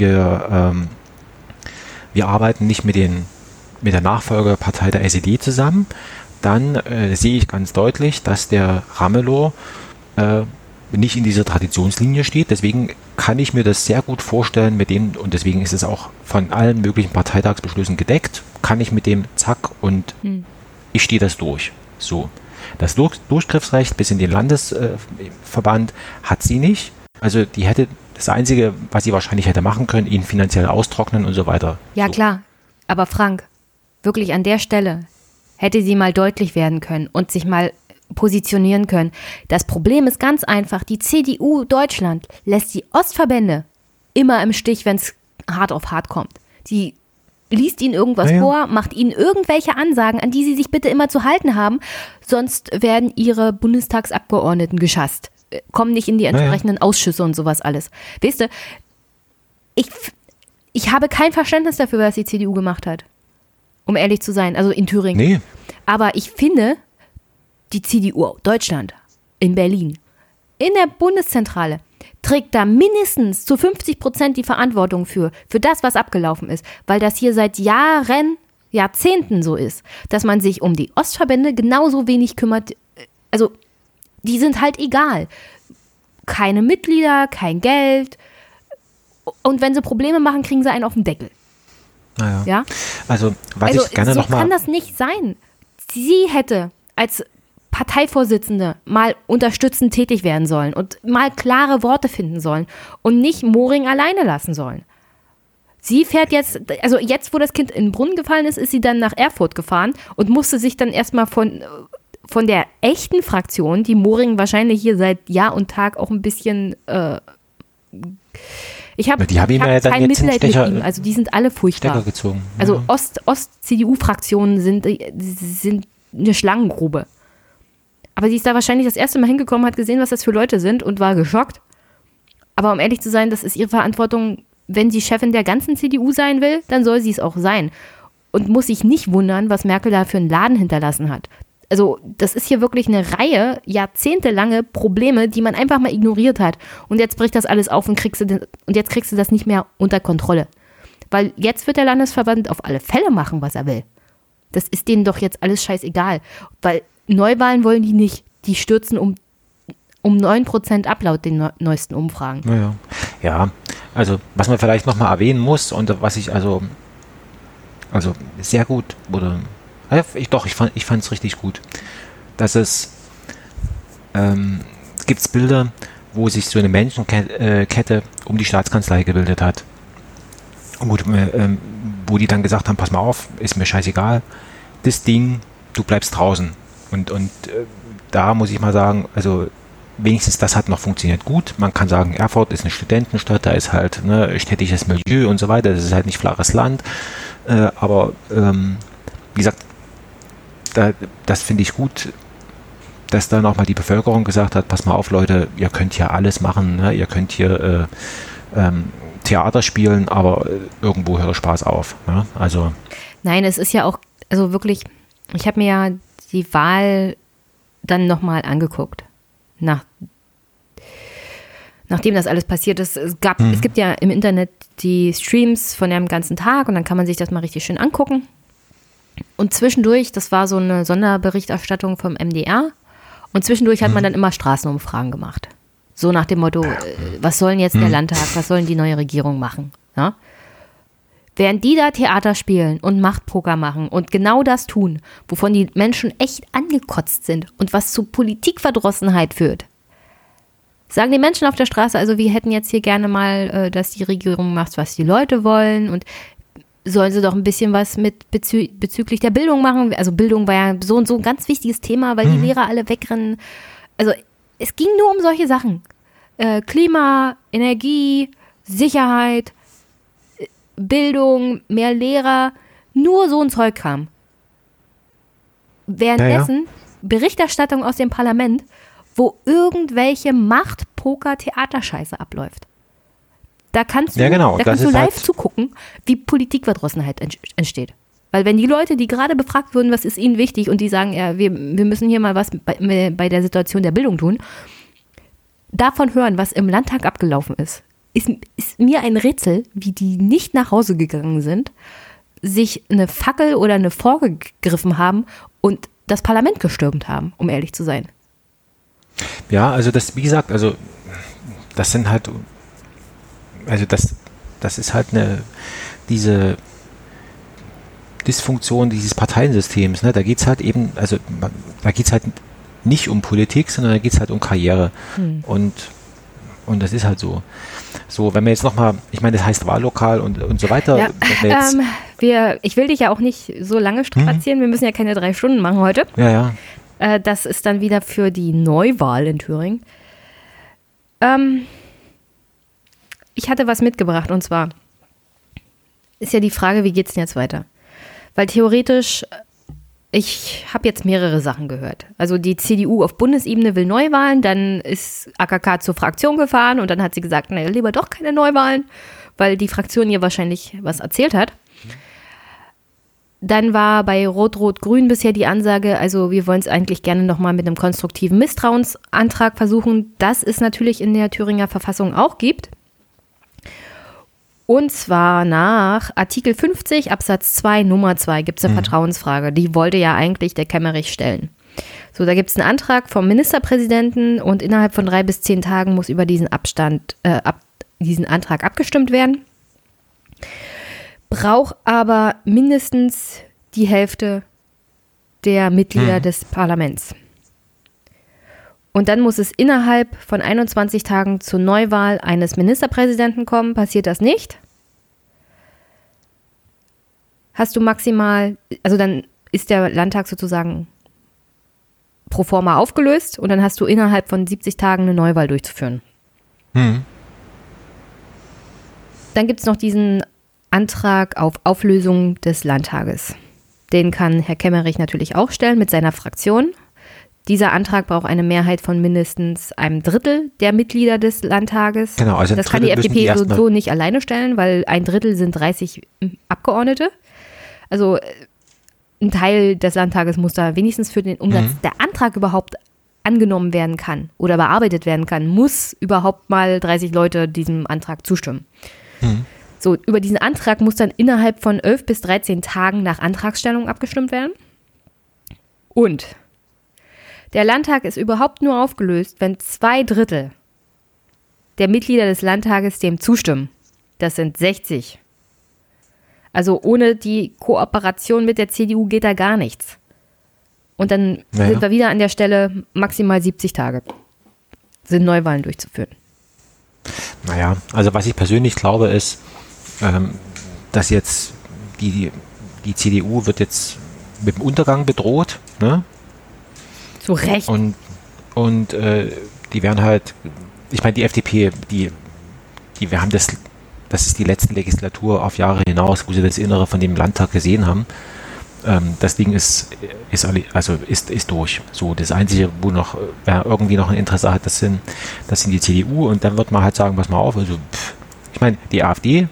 arbeiten nicht mit der Nachfolgepartei der SED zusammen, dann sehe ich ganz deutlich, dass der Ramelow nicht in dieser Traditionslinie steht. Deswegen kann ich mir das sehr gut vorstellen mit dem, und deswegen ist es auch von allen möglichen Parteitagsbeschlüssen gedeckt, kann ich mit dem zack und ich stehe das durch. So. Das Durchgriffsrecht bis in den Landesverband hat sie nicht. Also die hätte das Einzige, was sie wahrscheinlich hätte machen können, ihn finanziell austrocknen und so weiter. Ja, so. Klar. Aber Frank, wirklich an der Stelle hätte sie mal deutlich werden können und sich mal positionieren können. Das Problem ist ganz einfach, die CDU Deutschland lässt die Ostverbände immer im Stich, wenn es hart auf hart kommt. Die liest ihnen irgendwas vor, macht ihnen irgendwelche Ansagen, an die sie sich bitte immer zu halten haben, sonst werden ihre Bundestagsabgeordneten geschasst. Kommen nicht in die entsprechenden Ausschüsse und sowas alles. Weißt du, ich habe kein Verständnis dafür, was die CDU gemacht hat. Um ehrlich zu sein, also in Thüringen. Nee. Aber ich finde, die CDU Deutschland in Berlin, in der Bundeszentrale, trägt da mindestens zu 50% die Verantwortung für das, was abgelaufen ist. Weil das hier seit Jahrzehnten so ist, dass man sich um die Ostverbände genauso wenig kümmert. Also, die sind halt egal. Keine Mitglieder, kein Geld. Und wenn sie Probleme machen, kriegen sie einen auf den Deckel. Naja. Ja? Also, ich gerne so nochmal. Kann das nicht sein. Sie hätte als Parteivorsitzende mal unterstützend tätig werden sollen und mal klare Worte finden sollen und nicht Moring alleine lassen sollen. Sie fährt jetzt, also jetzt, wo das Kind in den Brunnen gefallen ist, ist sie dann nach Erfurt gefahren und musste sich dann erstmal von von der echten Fraktion, die Moring wahrscheinlich hier seit Jahr und Tag auch ein bisschen ich habe kein Mitleid mit ihm, also die sind alle furchtbar. Gezogen. Also Ost-CDU-Fraktionen sind eine Schlangengrube. Aber sie ist da wahrscheinlich das erste Mal hingekommen, hat gesehen, was das für Leute sind und war geschockt. Aber um ehrlich zu sein, das ist ihre Verantwortung. Wenn sie Chefin der ganzen CDU sein will, dann soll sie es auch sein. Und muss sich nicht wundern, was Merkel da für einen Laden hinterlassen hat. Also das ist hier wirklich eine Reihe, jahrzehntelange Probleme, die man einfach mal ignoriert hat. Und jetzt bricht das alles auf und jetzt kriegst du das nicht mehr unter Kontrolle. Weil jetzt wird der Landesverband auf alle Fälle machen, was er will. Das ist denen doch jetzt alles scheißegal. Weil Neuwahlen wollen die nicht. Die stürzen um 9% ab laut den neuesten Umfragen. Ja, also was man vielleicht nochmal erwähnen muss und was ich also sehr gut oder ich fand es richtig gut, dass es gibt Bilder, wo sich so eine Menschenkette um die Staatskanzlei gebildet hat. Wo die dann gesagt haben, pass mal auf, ist mir scheißegal, das Ding, du bleibst draußen. Und da muss ich mal sagen, also wenigstens das hat noch funktioniert gut. Man kann sagen, Erfurt ist eine Studentenstadt, da ist halt städtisches Milieu und so weiter, das ist halt nicht flaches Land. Aber wie gesagt, das finde ich gut, dass da nochmal die Bevölkerung gesagt hat, pass mal auf Leute, ihr könnt hier alles machen, ne? Ihr könnt hier Theater spielen, aber irgendwo hört der Spaß auf. Ne? Also nein, es ist ja auch, also wirklich, ich habe mir ja die Wahl dann nochmal angeguckt, nachdem das alles passiert ist. Es gibt ja im Internet die Streams von dem ganzen Tag und dann kann man sich das mal richtig schön angucken. Und zwischendurch, das war so eine Sonderberichterstattung vom MDR und zwischendurch hat man dann immer Straßenumfragen gemacht. So nach dem Motto, was soll denn jetzt der Landtag, was soll denn die neue Regierung machen? Ja? Während die da Theater spielen und Machtpoker machen und genau das tun, wovon die Menschen echt angekotzt sind und was zu Politikverdrossenheit führt, sagen die Menschen auf der Straße, also wir hätten jetzt hier gerne mal, dass die Regierung macht, was die Leute wollen und sollen sie doch ein bisschen was mit bezüglich der Bildung machen. Also Bildung war ja so und so ein ganz wichtiges Thema, weil die Lehrer alle wegrennen. Also es ging nur um solche Sachen. Klima, Energie, Sicherheit, Bildung, mehr Lehrer, nur so ein Zeug kam. Währenddessen Berichterstattung aus dem Parlament, wo irgendwelche Macht-Poker-Theaterscheiße abläuft. Da kannst du, live zugucken, wie Politikverdrossenheit entsteht. Weil wenn die Leute, die gerade befragt wurden, was ist ihnen wichtig und die sagen, ja, wir müssen hier mal was bei der Situation der Bildung tun, davon hören, was im Landtag abgelaufen ist mir ein Rätsel, wie die nicht nach Hause gegangen sind, sich eine Fackel oder eine Forke gegriffen haben und das Parlament gestürmt haben, um ehrlich zu sein. Ja, also das, wie gesagt, also das sind halt, also das ist halt diese Dysfunktion dieses Parteiensystems, ne? Da geht es halt eben, also da geht es halt nicht um Politik, sondern da geht es halt um Karriere. Und das ist halt so. So, wenn wir jetzt nochmal, ich meine, das heißt Wahllokal und so weiter. Ja, ich will dich ja auch nicht so lange strapazieren, wir müssen ja keine 3 Stunden machen heute. Ja. Das ist dann wieder für die Neuwahl in Thüringen. Ich hatte was mitgebracht und zwar ist ja die Frage, wie geht es denn jetzt weiter? Weil theoretisch, ich habe jetzt mehrere Sachen gehört. Also die CDU auf Bundesebene will Neuwahlen, dann ist AKK zur Fraktion gefahren und dann hat sie gesagt, naja, lieber doch keine Neuwahlen, weil die Fraktion ihr wahrscheinlich was erzählt hat. Dann war bei Rot-Rot-Grün bisher die Ansage, also wir wollen es eigentlich gerne nochmal mit einem konstruktiven Misstrauensantrag versuchen, das es natürlich in der Thüringer Verfassung auch gibt. Und zwar nach Artikel 50 Absatz 2 Nummer 2 gibt es eine Vertrauensfrage. Die wollte ja eigentlich der Kemmerich stellen. So, da gibt es einen Antrag vom Ministerpräsidenten und innerhalb von 3 bis 10 Tagen muss über diesen diesen Antrag abgestimmt werden. Braucht aber mindestens die Hälfte der Mitglieder des Parlaments. Und dann muss es innerhalb von 21 Tagen zur Neuwahl eines Ministerpräsidenten kommen. Passiert das nicht? Hast du maximal, also dann ist der Landtag sozusagen pro forma aufgelöst und dann hast du innerhalb von 70 Tagen eine Neuwahl durchzuführen. Dann gibt es noch diesen Antrag auf Auflösung des Landtages. Den kann Herr Kemmerich natürlich auch stellen mit seiner Fraktion. Dieser Antrag braucht eine Mehrheit von mindestens einem Drittel der Mitglieder des Landtages. Genau, also das kann die FDP so nicht alleine stellen, weil ein Drittel sind 30 Abgeordnete. Also ein Teil des Landtages muss da wenigstens für den Umsatz der Antrag überhaupt angenommen werden kann oder bearbeitet werden kann, muss überhaupt mal 30 Leute diesem Antrag zustimmen. So, über diesen Antrag muss dann innerhalb von 11 bis 13 Tagen nach Antragstellung abgestimmt werden. Und der Landtag ist überhaupt nur aufgelöst, wenn 2/3 der Mitglieder des Landtages dem zustimmen. Das sind 60. Also ohne die Kooperation mit der CDU geht da gar nichts. Und dann sind wir wieder an der Stelle, maximal 70 Tage sind Neuwahlen durchzuführen. Naja, also was ich persönlich glaube ist, dass jetzt die CDU wird jetzt mit dem Untergang bedroht, ne? Zu Recht. Und die werden halt, ich meine, die FDP, wir haben das ist die letzte Legislatur auf Jahre hinaus, wo sie das Innere von dem Landtag gesehen haben. Das Ding ist durch. So, das Einzige, wo noch, wer irgendwie noch ein Interesse hat, das sind die CDU und dann wird man halt sagen, pass mal auf, also, ich meine, die AfD,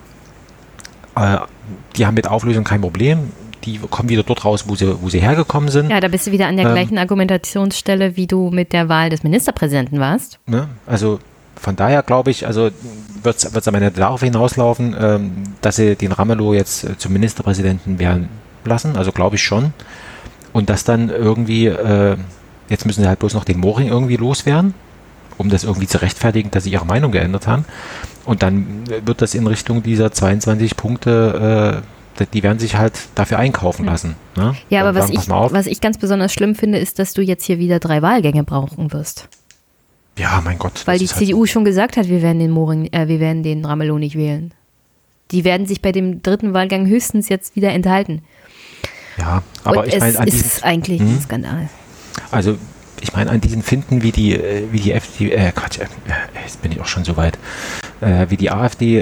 die haben mit Auflösung kein Problem. Die kommen wieder dort raus, wo sie hergekommen sind. Ja, da bist du wieder an der gleichen Argumentationsstelle, wie du mit der Wahl des Ministerpräsidenten warst. Ne? Also von daher glaube ich, also wird es am Ende darauf hinauslaufen, dass sie den Ramelow jetzt zum Ministerpräsidenten werden lassen. Also glaube ich schon. Und dass dann irgendwie, jetzt müssen sie halt bloß noch den Moring irgendwie loswerden, um das irgendwie zu rechtfertigen, dass sie ihre Meinung geändert haben. Und dann wird das in Richtung dieser 22 Punkte die werden sich halt dafür einkaufen lassen. Ne? Ja, aber was ich ganz besonders schlimm finde, ist, dass du jetzt hier wieder 3 Wahlgänge brauchen wirst. Ja, mein Gott. Weil die CDU schon gesagt hat, wir werden den Ramelow nicht wählen. Die werden sich bei dem 3. Wahlgang höchstens jetzt wieder enthalten. Ja, aber ich meine, es ist eigentlich ein Skandal. Also ich meine, an diesen Finden wie die FDP, jetzt bin ich auch schon so weit, wie die AfD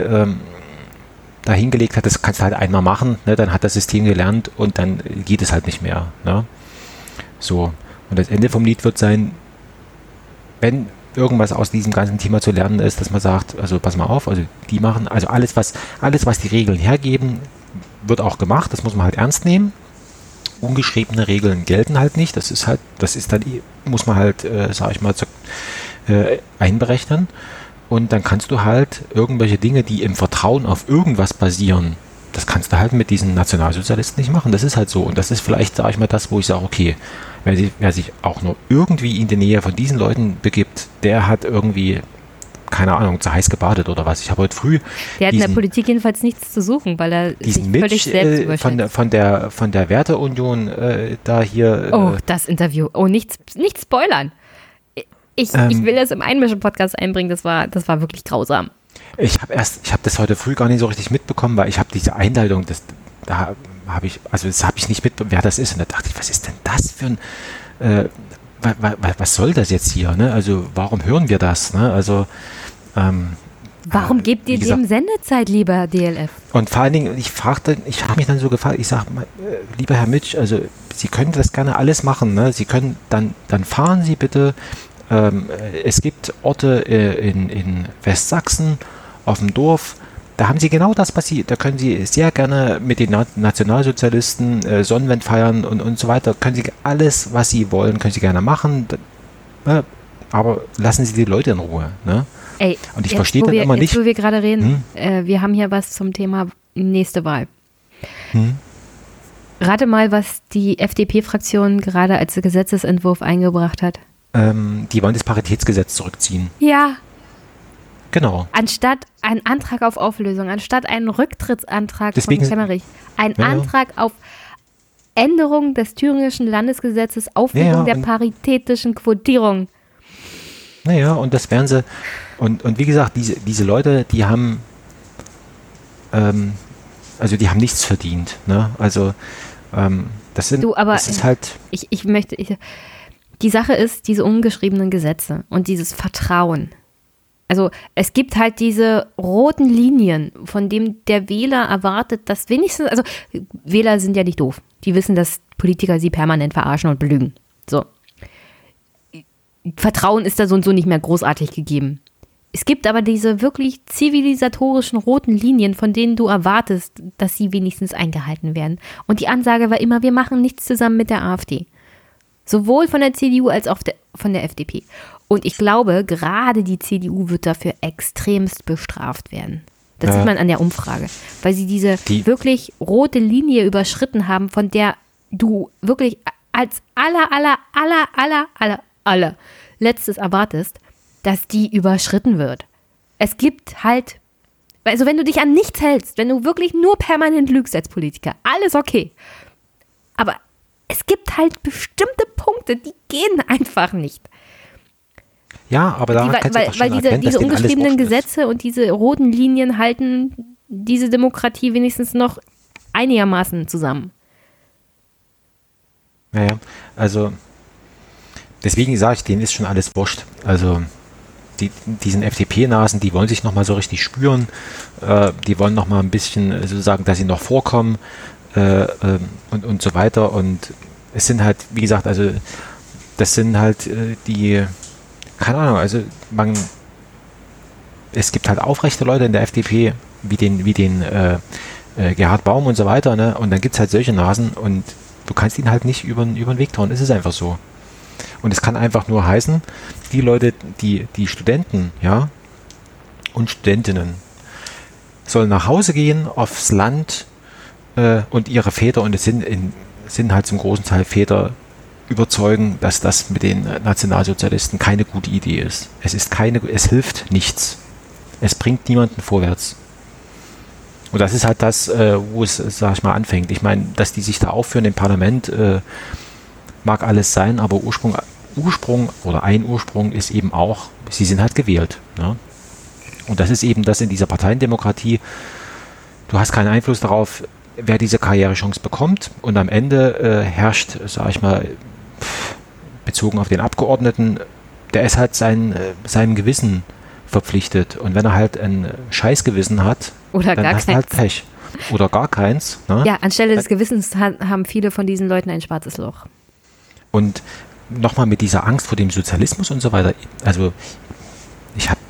da hingelegt hat, das kannst du halt einmal machen, ne, dann hat das System gelernt und dann geht es halt nicht mehr. Ne? So, und das Ende vom Lied wird sein, wenn irgendwas aus diesem ganzen Thema zu lernen ist, dass man sagt, also pass mal auf, also die machen, also alles, was die Regeln hergeben, wird auch gemacht, das muss man halt ernst nehmen. Ungeschriebene Regeln gelten halt nicht, muss man halt, sag ich mal, einberechnen. Und dann kannst du halt irgendwelche Dinge, die im Vertrauen auf irgendwas basieren, das kannst du halt mit diesen Nationalsozialisten nicht machen. Das ist halt so. Und das ist vielleicht, sag ich mal, das, wo ich sage, okay, wer sich auch nur irgendwie in die Nähe von diesen Leuten begibt, der hat irgendwie, keine Ahnung, zu heiß gebadet oder was. Ich habe heute früh der hat in der Politik jedenfalls nichts zu suchen, weil er sich völlig selbst überschätzt. Von der Werteunion da hier. Oh, das Interview. Oh, nicht spoilern. Ich will das im Einmischen-Podcast einbringen, das war wirklich grausam. Ich habe das heute früh gar nicht so richtig mitbekommen, weil ich habe diese Einleitung, das habe ich nicht mitbekommen, wer das ist. Und da dachte ich, was ist denn das für ein, was soll das jetzt hier? Ne? Also warum hören wir das? Ne? Also warum gebt ihr dem Sendezeit, lieber DLF? Und vor allen Dingen, ich habe mich dann so gefragt, ich sage, lieber Herr Mitsch, also Sie können das gerne alles machen. Ne? Sie können, dann fahren Sie bitte. Es gibt Orte in Westsachsen, auf dem Dorf, da haben sie genau das passiert. Da können sie sehr gerne mit den Nationalsozialisten Sonnenwend feiern und so weiter. Können sie alles, was sie wollen, können sie gerne machen. Aber lassen Sie die Leute in Ruhe. Ne? Ey, und ich verstehe dann immer nicht. Jetzt, wo wir gerade reden, wir haben hier was zum Thema nächste Wahl. Rate mal, was die FDP-Fraktion gerade als Gesetzesentwurf eingebracht hat. Die wollen das Paritätsgesetz zurückziehen. Ja. Genau. Anstatt einen Antrag auf Auflösung, anstatt einen Rücktrittsantrag von Kemmerich, Antrag auf Änderung des thüringischen Landesgesetzes, Aufhebung der paritätischen Quotierung. Naja, und das werden sie, und wie gesagt, diese Leute, die haben nichts verdient. Ne? Also das ist halt. die Sache ist, diese ungeschriebenen Gesetze und dieses Vertrauen. Also es gibt halt diese roten Linien, von denen der Wähler erwartet, dass wenigstens, also Wähler sind ja nicht doof. Die wissen, dass Politiker sie permanent verarschen und belügen. So. Vertrauen ist da so und so nicht mehr großartig gegeben. Es gibt aber diese wirklich zivilisatorischen roten Linien, von denen du erwartest, dass sie wenigstens eingehalten werden. Und die Ansage war immer, wir machen nichts zusammen mit der AfD. Sowohl von der CDU als auch von der FDP. Und ich glaube, gerade die CDU wird dafür extremst bestraft werden. Das sieht man an der Umfrage. Weil sie diese wirklich rote Linie überschritten haben, von der du wirklich als aller letztes erwartest, dass die überschritten wird. Es gibt halt, also wenn du dich an nichts hältst, wenn du wirklich nur permanent lügst als Politiker, alles okay. Aber es gibt halt bestimmte Punkte, die gehen einfach nicht. Ja, aber da kannst du doch schon erkennen, diese ungeschriebenen Gesetze und diese roten Linien halten diese Demokratie wenigstens noch einigermaßen zusammen. Naja, also deswegen sage ich, denen ist schon alles wurscht. Also diesen FDP-Nasen, die wollen sich nochmal so richtig spüren, die wollen nochmal ein bisschen sozusagen, dass sie noch vorkommen und so weiter. Und es sind halt, wie gesagt, also das sind halt die, keine Ahnung, also es gibt halt aufrechte Leute in der FDP, wie den Gerhard Baum und so weiter, ne? Und dann gibt es halt solche Nasen und du kannst ihn halt nicht über den Weg trauen. Es ist einfach so. Und es kann einfach nur heißen, die Leute, die Studenten, ja, und Studentinnen sollen nach Hause gehen, aufs Land und ihre Väter, und es sind halt zum großen Teil Väter, überzeugen, dass das mit den Nationalsozialisten keine gute Idee ist. Es hilft nichts. Es bringt niemanden vorwärts. Und das ist halt das, wo es, sag ich mal, anfängt. Ich meine, dass die sich da aufführen im Parlament, mag alles sein, aber Ursprung oder ein Ursprung ist eben auch, sie sind halt gewählt. Ne? Und das ist eben das in dieser Parteiendemokratie. Du hast keinen Einfluss darauf, wer diese Karrierechance bekommt, und am Ende herrscht, sag ich mal, bezogen auf den Abgeordneten, der ist halt seinem Gewissen verpflichtet. Und wenn er halt ein Scheißgewissen hat, oder dann hast du halt Pech. Oder gar keins. Ne? Ja, anstelle des Gewissens haben viele von diesen Leuten ein schwarzes Loch. Und nochmal mit dieser Angst vor dem Sozialismus und so weiter. Also ich habe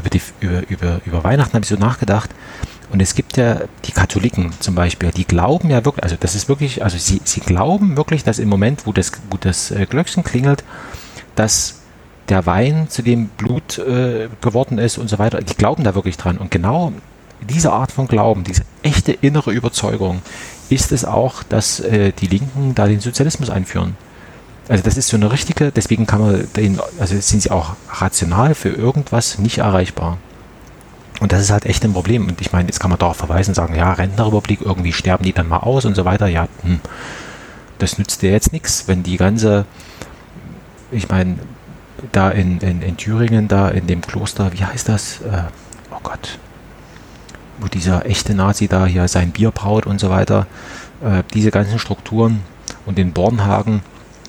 über Weihnachten habe ich so nachgedacht. Und es gibt ja die Katholiken zum Beispiel, die glauben ja wirklich, also das ist wirklich, also sie glauben wirklich, dass im Moment, wo das Glöckchen klingelt, dass der Wein zu dem Blut geworden ist und so weiter. Die glauben da wirklich dran. Und genau diese Art von Glauben, diese echte innere Überzeugung, ist es auch, dass die Linken da den Sozialismus einführen. Also das ist so eine richtige, deswegen kann man also sind sie auch rational für irgendwas nicht erreichbar. Und das ist halt echt ein Problem. Und ich meine, jetzt kann man darauf verweisen und sagen, ja, Rentenrepublik, irgendwie sterben die dann mal aus und so weiter. Ja, das nützt dir jetzt nichts, wenn die ganze, ich meine, da in Thüringen, da in dem Kloster, wie heißt das? Oh Gott. Wo dieser echte Nazi da hier sein Bier braut und so weiter. Diese ganzen Strukturen und den Bornhagen,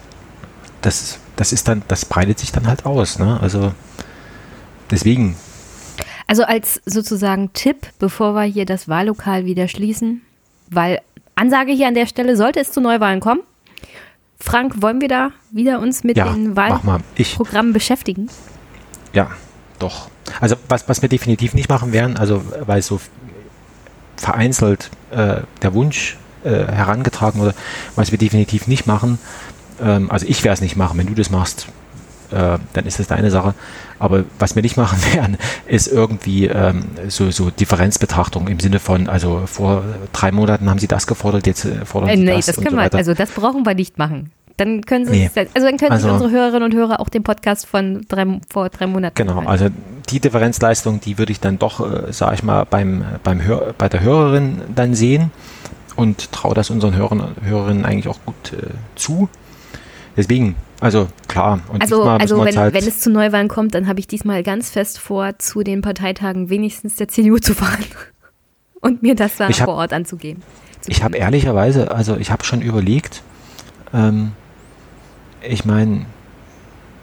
das breitet sich dann halt aus. Ne? Also deswegen. Also als sozusagen Tipp, bevor wir hier das Wahllokal wieder schließen, weil Ansage hier an der Stelle, sollte es zu Neuwahlen kommen. Frank, wollen wir da wieder uns mit den Wahlprogrammen beschäftigen? Ja, doch. Also was wir definitiv nicht machen werden, also weil so vereinzelt der Wunsch herangetragen wurde, was wir definitiv nicht machen, also ich werde es nicht machen, wenn du das machst, dann ist das deine Sache. Aber was wir nicht machen werden, ist irgendwie so Differenzbetrachtung im Sinne von, also vor 3 Monaten haben sie das gefordert, jetzt fordern sie das. Das können wir, also das brauchen wir nicht machen. Dann können sich unsere Hörerinnen und Hörer auch den Podcast von vor 3 Monaten Genau, hören. also die Differenzleistung, die würde ich dann doch, sage ich mal, bei der Hörerin dann sehen und traue das unseren Hörerinnen eigentlich auch gut zu. Deswegen, also klar. Und also wenn es zu Neuwahlen kommt, dann habe ich diesmal ganz fest vor, zu den Parteitagen wenigstens der CDU zu fahren und mir das dann vor Ort anzugehen. Ich habe ehrlicherweise, also ich habe schon überlegt, ich meine,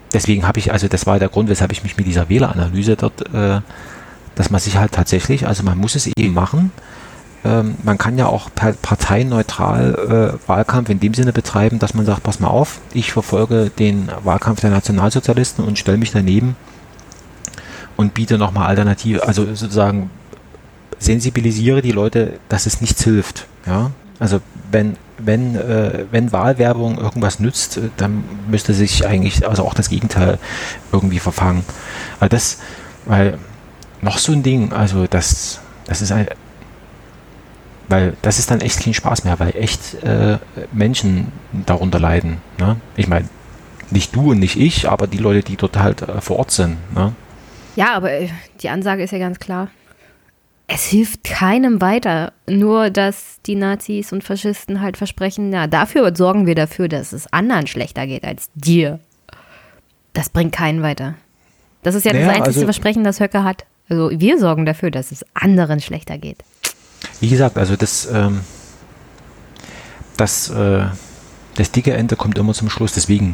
deswegen habe ich, also das war der Grund, weshalb ich mich mit dieser Wähleranalyse dort, dass man sich halt tatsächlich, also man muss es eben machen. Man kann ja auch parteineutral Wahlkampf in dem Sinne betreiben, dass man sagt, pass mal auf, ich verfolge den Wahlkampf der Nationalsozialisten und stelle mich daneben und biete nochmal Alternative, also sozusagen sensibilisiere die Leute, dass es nichts hilft. Ja? Also wenn Wahlwerbung irgendwas nützt, dann müsste sich eigentlich, also auch das Gegenteil irgendwie verfangen. Weil noch so ein Ding, also das ist weil das ist dann echt kein Spaß mehr, weil echt Menschen darunter leiden. Ne? Ich meine, nicht du und nicht ich, aber die Leute, die dort halt vor Ort sind. Ne? Ja, aber die Ansage ist ja ganz klar. Es hilft keinem weiter, nur dass die Nazis und Faschisten halt versprechen, na, dafür sorgen wir dafür, dass es anderen schlechter geht als dir. Das bringt keinen weiter. Das ist ja das einzige Versprechen, das Höcke hat. Also wir sorgen dafür, dass es anderen schlechter geht. Wie gesagt, also das dicke Ende kommt immer zum Schluss, deswegen,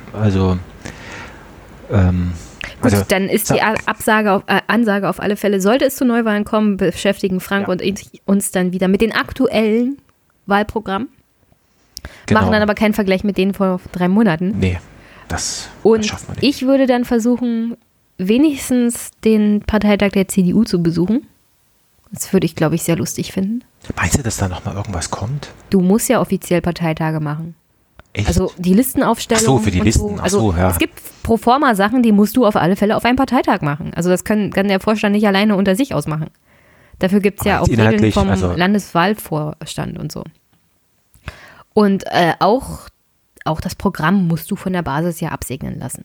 Gut, dann ist die Ansage auf alle Fälle, sollte es zu Neuwahlen kommen, beschäftigen Frank und uns dann wieder mit den aktuellen Wahlprogrammen. Genau. Machen dann aber keinen Vergleich mit denen vor 3 Monaten. Nee, das schafft man nicht. Ich würde dann versuchen, wenigstens den Parteitag der CDU zu besuchen. Das würde ich, glaube ich, sehr lustig finden. Meinst du, dass da nochmal irgendwas kommt? Du musst ja offiziell Parteitage machen. Echt? Also die Listenaufstellung. Ach so, für die Listen. So. Also ja. Es gibt Proforma-Sachen, die musst du auf alle Fälle auf einem Parteitag machen. Also das kann der Vorstand nicht alleine unter sich ausmachen. Dafür gibt es ja auch Regeln vom Landeswahlvorstand und so. Und auch das Programm musst du von der Basis ja absegnen lassen.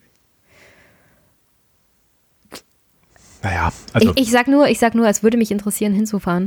Naja, also ich sag nur, es würde mich interessieren, hinzufahren,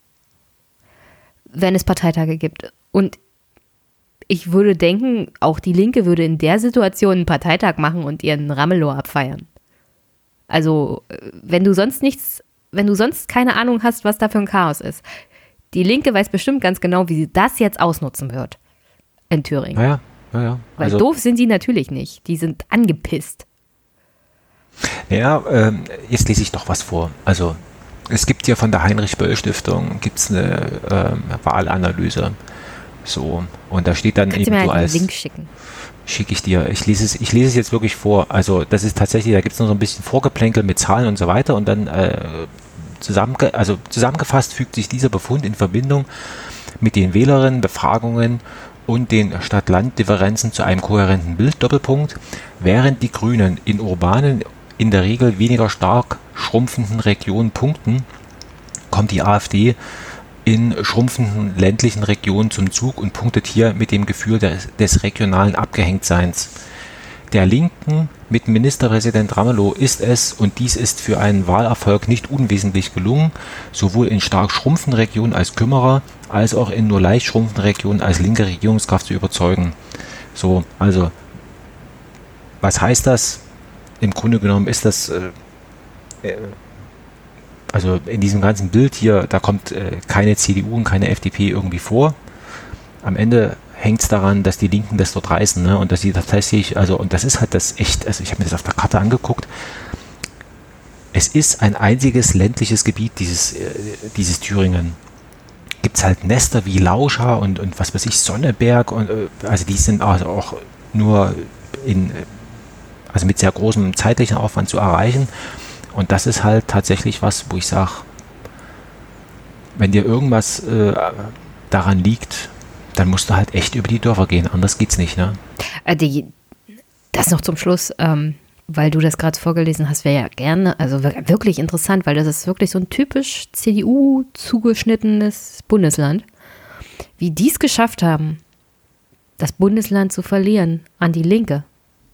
wenn es Parteitage gibt. Und ich würde denken, auch die Linke würde in der Situation einen Parteitag machen und ihren Ramelow abfeiern. Also, wenn du sonst keine Ahnung hast, was da für ein Chaos ist. Die Linke weiß bestimmt ganz genau, wie sie das jetzt ausnutzen wird in Thüringen. Ja. Weil doof sind die natürlich nicht. Die sind angepisst. Ja, jetzt lese ich doch was vor. Also es gibt ja von der Heinrich-Böll-Stiftung gibt's eine Wahlanalyse. So, und da steht dann Kannst eben du mir so einen als Link schicken? Schicke ich dir. Ich lese es jetzt wirklich vor. Also das ist tatsächlich, da gibt es noch so ein bisschen Vorgeplänkel mit Zahlen und so weiter und dann zusammengefasst fügt sich dieser Befund in Verbindung mit den Wählerinnenbefragungen und den Stadt-Land-Differenzen zu einem kohärenten Bild, Doppelpunkt, während die Grünen in urbanen, in der Regel weniger stark schrumpfenden Regionen punkten, kommt die AfD in schrumpfenden ländlichen Regionen zum Zug und punktet hier mit dem Gefühl des regionalen Abgehängtseins. Der Linken mit Ministerpräsident Ramelow ist es, und dies ist für einen Wahlerfolg nicht unwesentlich gelungen, sowohl in stark schrumpfenden Regionen als Kümmerer, als auch in nur leicht schrumpfenden Regionen als linke Regierungskraft zu überzeugen. So, also, was heißt das? Im Grunde genommen ist das, also in diesem ganzen Bild hier, da kommt keine CDU und keine FDP irgendwie vor. Am Ende hängt es daran, dass die Linken das dort reißen, ne? Und dass sie tatsächlich, also, und das ist halt das echt, also ich habe mir das auf der Karte angeguckt, es ist ein einziges ländliches Gebiet, dieses Thüringen. Gibt es halt Nester wie Lauscha und was weiß ich, Sonneberg, und also die sind also auch nur also mit sehr großem zeitlichen Aufwand zu erreichen. Und das ist halt tatsächlich was, wo ich sage, wenn dir irgendwas daran liegt, dann musst du halt echt über die Dörfer gehen, anders geht's nicht, ne? Das noch zum Schluss, weil du das gerade vorgelesen hast, wäre ja gerne, also wirklich interessant, weil das ist wirklich so ein typisch CDU zugeschnittenes Bundesland. Wie die es geschafft haben, das Bundesland zu verlieren an die Linke.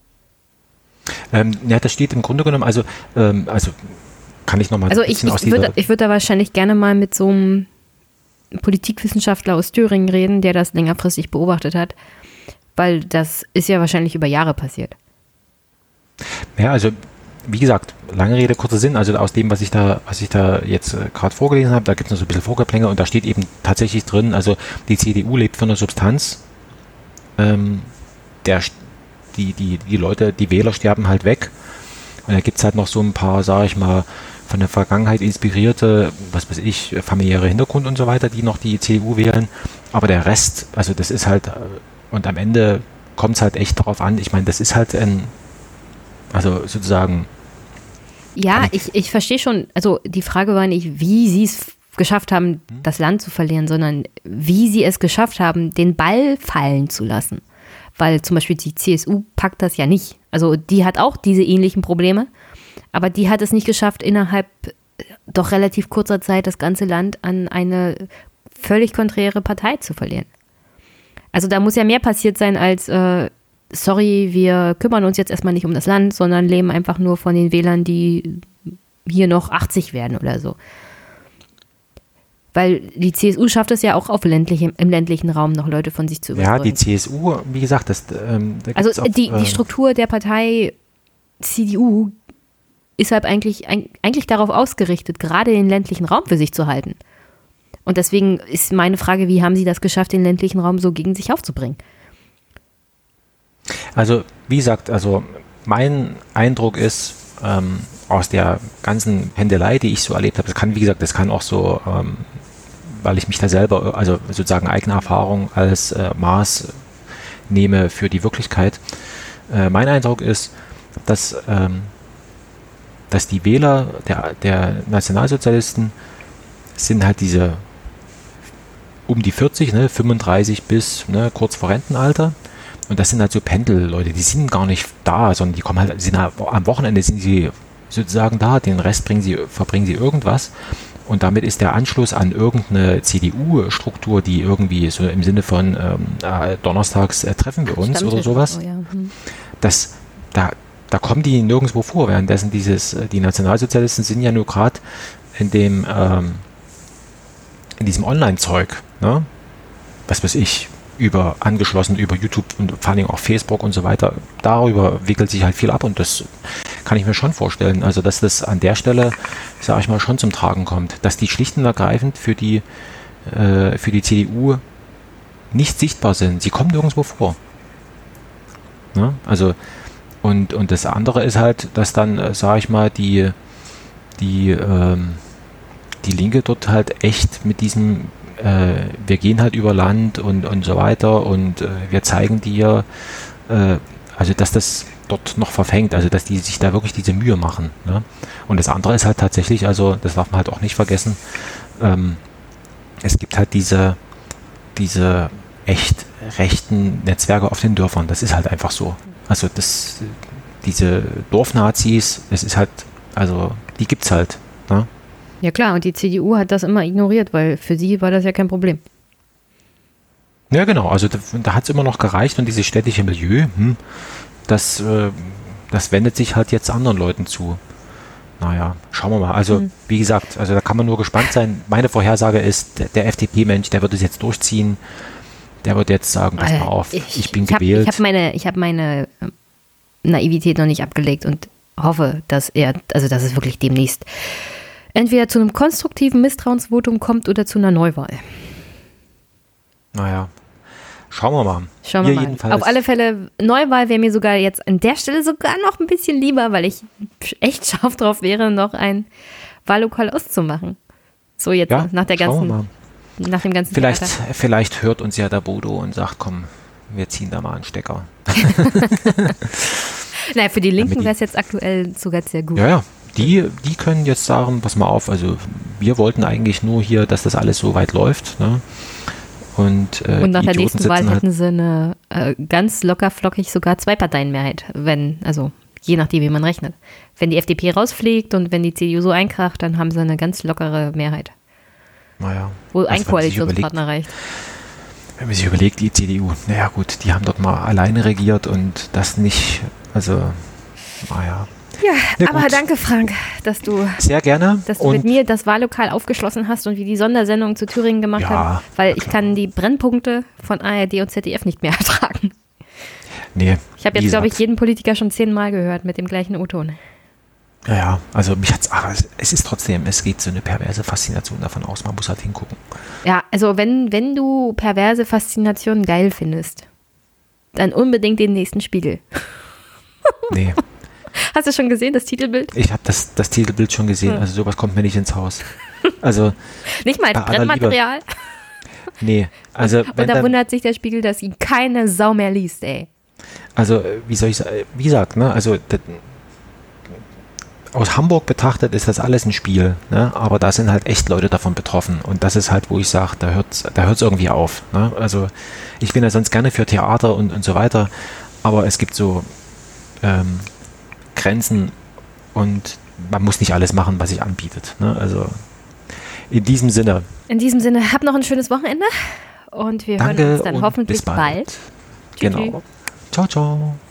Ja, das steht im Grunde genommen, also kann ich nochmal ich würde da wahrscheinlich gerne mal mit so einem Politikwissenschaftler aus Thüringen reden, der das längerfristig beobachtet hat, weil das ist ja wahrscheinlich über Jahre passiert. Ja, also wie gesagt, lange Rede, kurzer Sinn, also aus dem, was ich da jetzt gerade vorgelesen habe, da gibt es noch so ein bisschen Vorgeplänkel und da steht eben tatsächlich die CDU lebt von der Substanz, die Leute, die Wähler sterben halt weg. Und da gibt es halt noch so ein paar, sage ich mal, von der Vergangenheit inspirierte, was weiß ich, familiäre Hintergrund und so weiter, die noch die CDU wählen. Aber der Rest, also das ist halt, und am Ende kommt es halt echt darauf an, ich meine, das ist halt also sozusagen. Ja, ich verstehe schon, also die Frage war nicht, wie sie es geschafft haben, das Land zu verlieren, sondern wie sie es geschafft haben, den Ball fallen zu lassen. Weil zum Beispiel die CSU packt das ja nicht. Also die hat auch diese ähnlichen Probleme, aber die hat es nicht geschafft, innerhalb doch relativ kurzer Zeit das ganze Land an eine völlig konträre Partei zu verlieren. Also da muss ja mehr passiert sein als, sorry, wir kümmern uns jetzt erstmal nicht um das Land, sondern leben einfach nur von den Wählern, die hier noch 80 werden oder so. Weil die CSU schafft es ja auch im ländlichen Raum noch Leute von sich zu überzeugen. Ja, die CSU, wie gesagt, also die Struktur der Partei CDU ist halt eigentlich darauf ausgerichtet, gerade den ländlichen Raum für sich zu halten. Und deswegen ist meine Frage, wie haben sie das geschafft, den ländlichen Raum so gegen sich aufzubringen? Also, wie gesagt, also mein Eindruck ist, aus der ganzen Pendelei, die ich so erlebt habe, das kann auch so, weil ich mich da selber, also sozusagen eigene Erfahrung als Maß nehme für die Wirklichkeit. Mein Eindruck ist, dass die Wähler der Nationalsozialisten sind halt diese um die 40, 35 bis kurz vor Rentenalter. Und das sind halt so Pendelleute, die sind gar nicht da, sondern die kommen halt, am Wochenende sind sie sozusagen da, den Rest verbringen sie irgendwas. Und damit ist der Anschluss an irgendeine CDU-Struktur, die irgendwie so im Sinne von donnerstags treffen wir uns oder sowas, da kommen die nirgendwo vor. Währenddessen die Nationalsozialisten sind ja nur gerade in diesem Online-Zeug, ne? Was weiß ich, angeschlossen über YouTube und vor allem auch Facebook und so weiter, darüber wickelt sich halt viel ab und das kann ich mir schon vorstellen, also dass das an der Stelle, sage ich mal, schon zum Tragen kommt, dass die schlicht und ergreifend für die CDU nicht sichtbar sind, sie kommen nirgendwo vor. Ne? Also und das andere ist halt, dass dann, sage ich mal, die Linke dort halt echt mit diesem wir gehen halt über Land und so weiter und wir zeigen dir, also dass das dort noch verfängt, also dass die sich da wirklich diese Mühe machen. Ne? Und das andere ist halt tatsächlich, also das darf man halt auch nicht vergessen, es gibt halt diese echt rechten Netzwerke auf den Dörfern, das ist halt einfach so. Also diese Dorfnazis, das ist halt, also die gibt's halt. Ne? Ja klar, und die CDU hat das immer ignoriert, weil für sie war das ja kein Problem. Ja genau, also da hat es immer noch gereicht und dieses städtische Milieu, das wendet sich halt jetzt anderen Leuten zu. Naja, schauen wir mal. Also wie gesagt, also da kann man nur gespannt sein. Meine Vorhersage ist, der FDP-Mensch, der wird es jetzt durchziehen. Der wird jetzt sagen, pass mal auf, ich bin gewählt. Ich habe meine Naivität noch nicht abgelegt und hoffe, dass es wirklich demnächst entweder zu einem konstruktiven Misstrauensvotum kommt oder zu einer Neuwahl. Naja, schauen wir mal. Jedenfalls. Auf alle Fälle, Neuwahl wäre mir sogar jetzt an der Stelle sogar noch ein bisschen lieber, weil ich echt scharf drauf wäre, noch ein Wahllokal auszumachen. So jetzt nach dem ganzen Vielleicht hört uns ja der Bodo und sagt, komm, wir ziehen da mal einen Stecker. Naja, für die Linken wäre es jetzt aktuell sogar sehr gut. Ja. Die können jetzt sagen, pass mal auf, also wir wollten eigentlich nur hier, dass das alles so weit läuft. Ne? Und nach der nächsten Wahl hätten sie eine ganz locker flockig sogar Zwei-Parteien-Mehrheit, je nachdem, wie man rechnet. Wenn die FDP rausfliegt und wenn die CDU so einkracht, dann haben sie eine ganz lockere Mehrheit. Naja. Wo ein Koalitionspartner reicht. Wenn man sich überlegt, die CDU, naja gut, die haben dort mal alleine regiert und das nicht, also, naja. Ja, aber danke, Frank, dass du mit mir das Wahllokal aufgeschlossen hast und wir die Sondersendung zu Thüringen gemacht haben, weil ich kann die Brennpunkte von ARD und ZDF nicht mehr ertragen. Nee. Ich habe jetzt, glaube ich, jeden Politiker schon 10-mal gehört mit dem gleichen O-Ton. Ja, also es geht so eine perverse Faszination davon aus, man muss halt hingucken. Ja, also wenn du perverse Faszination geil findest, dann unbedingt den nächsten Spiegel. Nee. Hast du schon gesehen, das Titelbild? Ich habe das Titelbild schon gesehen. Also sowas kommt mir nicht ins Haus. Also nicht mal als Brennmaterial? Nee. Also, und da wundert sich der Spiegel, dass ihn keine Sau mehr liest, ey. Also, wie soll ich sagen, wie gesagt, ne, also aus Hamburg betrachtet ist das alles ein Spiel, ne? Aber da sind halt echt Leute davon betroffen. Und das ist halt, wo ich sage, da hört's irgendwie auf. Ne? Also ich bin ja sonst gerne für Theater und so weiter, aber es gibt so Grenzen und man muss nicht alles machen, was sich anbietet. Ne? Also in diesem Sinne. Habt noch ein schönes Wochenende und wir hören uns dann hoffentlich bald. Genau. Ciao, ciao.